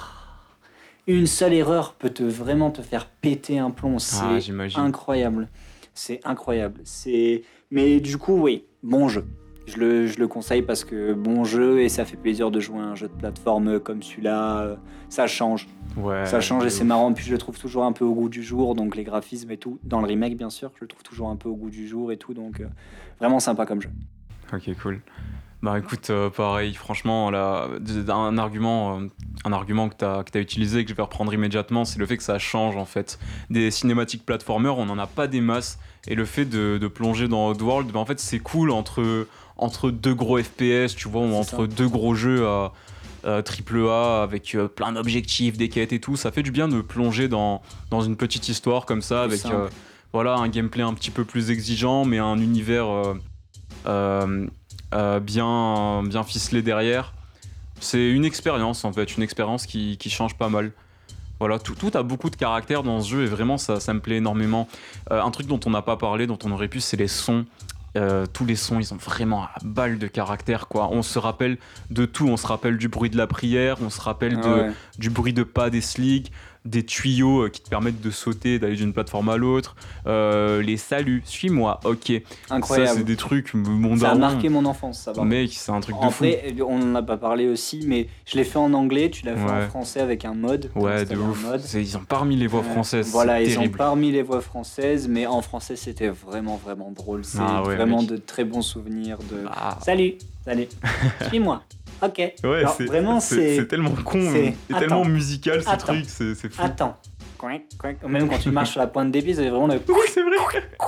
Speaker 2: une seule erreur peut te vraiment te faire péter un plomb. C'est
Speaker 1: Ah, j'imagine.
Speaker 2: incroyable. C'est incroyable. C'est... Mais du coup, oui, bon jeu. Je le, je le conseille parce que bon jeu et ça fait plaisir de jouer à un jeu de plateforme comme celui-là. euh, Ça change.
Speaker 1: Ouais,
Speaker 2: Ça change
Speaker 1: de
Speaker 2: et c'est
Speaker 1: ouf.
Speaker 2: marrant. Puis je le trouve toujours un peu au goût du jour. Donc les graphismes et tout. Dans le remake, bien sûr, je le trouve toujours un peu au goût du jour et tout. Donc euh, vraiment sympa comme jeu.
Speaker 1: Ok, cool. Bah écoute, euh, pareil, franchement, là, d- un argument, euh, un argument que tu as que t'as utilisé et que je vais reprendre immédiatement, c'est le fait que ça change en fait. Des cinématiques platformers, on n'en a pas des masses. Et le fait de, de plonger dans Oddworld, bah en fait, c'est cool entre, entre deux gros F P S, tu vois, ou
Speaker 2: C'est
Speaker 1: entre
Speaker 2: ça.
Speaker 1: deux gros jeux à, à triple A avec euh, plein d'objectifs, des quêtes et tout. Ça fait du bien de plonger dans, dans une petite histoire comme ça, avec
Speaker 2: simple.
Speaker 1: euh, voilà, un gameplay un petit peu plus exigeant, mais un univers euh, euh, euh, bien, bien ficelé derrière. C'est une expérience en fait, une expérience qui, qui change pas mal. Voilà, tout, tout a beaucoup de caractère dans ce jeu et vraiment ça, ça me plaît énormément. Euh, un truc dont on n'a pas parlé, dont on aurait pu, c'est les sons. Euh, tous les sons, ils ont vraiment à balle de caractère, quoi. On se rappelle de tout, on se rappelle du bruit de la prière, on se rappelle de,
Speaker 2: Ouais.
Speaker 1: du bruit de pas des slicks, des tuyaux euh, qui te permettent de sauter, d'aller d'une plateforme à l'autre, euh, les saluts, suis-moi, ok. Ça, c'est
Speaker 2: Incroyable.
Speaker 1: des trucs, mon
Speaker 2: Ça a
Speaker 1: daron,
Speaker 2: marqué mon enfance, ça va.
Speaker 1: mec, c'est un truc de
Speaker 2: En
Speaker 1: fou.
Speaker 2: vrai, on n'en a pas parlé aussi, mais je l'ai fait en anglais, tu l'as fait
Speaker 1: Ouais.
Speaker 2: en français avec un mode. t'as
Speaker 1: Ouais, de
Speaker 2: installé un
Speaker 1: ouf.
Speaker 2: mode.
Speaker 1: C'est- Ils ont pas remis les voix
Speaker 2: Euh,
Speaker 1: françaises,
Speaker 2: Voilà,
Speaker 1: c'est
Speaker 2: ils ont
Speaker 1: terrible.
Speaker 2: pas remis les voix françaises, mais en français c'était vraiment vraiment drôle. C'est
Speaker 1: Ah ouais,
Speaker 2: vraiment
Speaker 1: mec.
Speaker 2: de très bons souvenirs de.
Speaker 1: Ah.
Speaker 2: Salut, salut, suis-moi. Ok.
Speaker 1: Ouais,
Speaker 2: Alors,
Speaker 1: c'est,
Speaker 2: vraiment
Speaker 1: c'est,
Speaker 2: c'est.
Speaker 1: c'est tellement con,
Speaker 2: c'est-
Speaker 1: et tellement
Speaker 2: Attends.
Speaker 1: musical ce
Speaker 2: Attends.
Speaker 1: truc, c'est, c'est fou.
Speaker 2: Attends. Coin, coin. Même quand tu marches sur la pointe des pieds, c'est vraiment le.
Speaker 1: Oui, c'est vrai.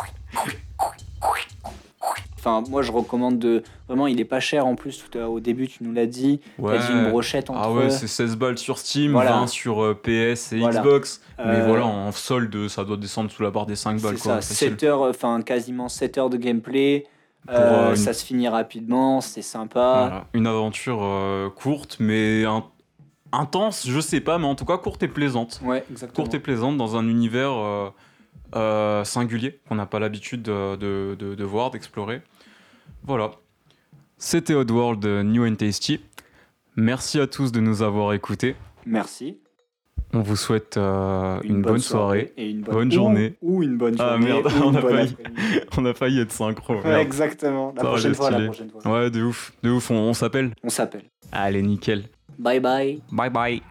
Speaker 2: Enfin, moi je recommande de. Vraiment, il est pas cher en plus. Tout à- au début, tu nous l'as dit.
Speaker 1: Ouais.
Speaker 2: T'as dit une brochette entre.
Speaker 1: Ah ouais, c'est seize balles sur Steam,
Speaker 2: Voilà.
Speaker 1: vingt sur euh, P S et
Speaker 2: Voilà.
Speaker 1: Xbox. Mais
Speaker 2: Euh,
Speaker 1: voilà, en solde, ça doit descendre sous la barre des cinq balles.
Speaker 2: C'est
Speaker 1: Quoi,
Speaker 2: ça,
Speaker 1: facile.
Speaker 2: sept heures, enfin quasiment sept heures de gameplay.
Speaker 1: Pour,
Speaker 2: Euh,
Speaker 1: euh, une-
Speaker 2: Ça se finit rapidement, c'est sympa.
Speaker 1: Voilà. Une aventure euh, courte, mais un- intense, je sais pas, mais en tout cas courte et plaisante.
Speaker 2: Ouais, exactement.
Speaker 1: Courte et plaisante dans un univers euh, euh, singulier qu'on n'a pas l'habitude de, de, de- de voir, d'explorer. Voilà. C'était Oddworld euh, New and Tasty. Merci à tous de nous avoir écoutés.
Speaker 2: Merci.
Speaker 1: On vous souhaite euh, une, une bonne, bonne soirée,
Speaker 2: et une bonne,
Speaker 1: bonne journée.
Speaker 2: Ou, ou une bonne journée.
Speaker 1: Ah merde,
Speaker 2: ou
Speaker 1: on,
Speaker 2: une
Speaker 1: a
Speaker 2: bonne
Speaker 1: failli, on a failli être synchro.
Speaker 2: Ouais, exactement. La
Speaker 1: Ça
Speaker 2: prochaine fois,
Speaker 1: stylé.
Speaker 2: la prochaine fois.
Speaker 1: Ouais, de ouf. De ouf, on, on s'appelle.
Speaker 2: On s'appelle.
Speaker 1: Allez, nickel.
Speaker 2: Bye bye.
Speaker 1: Bye bye.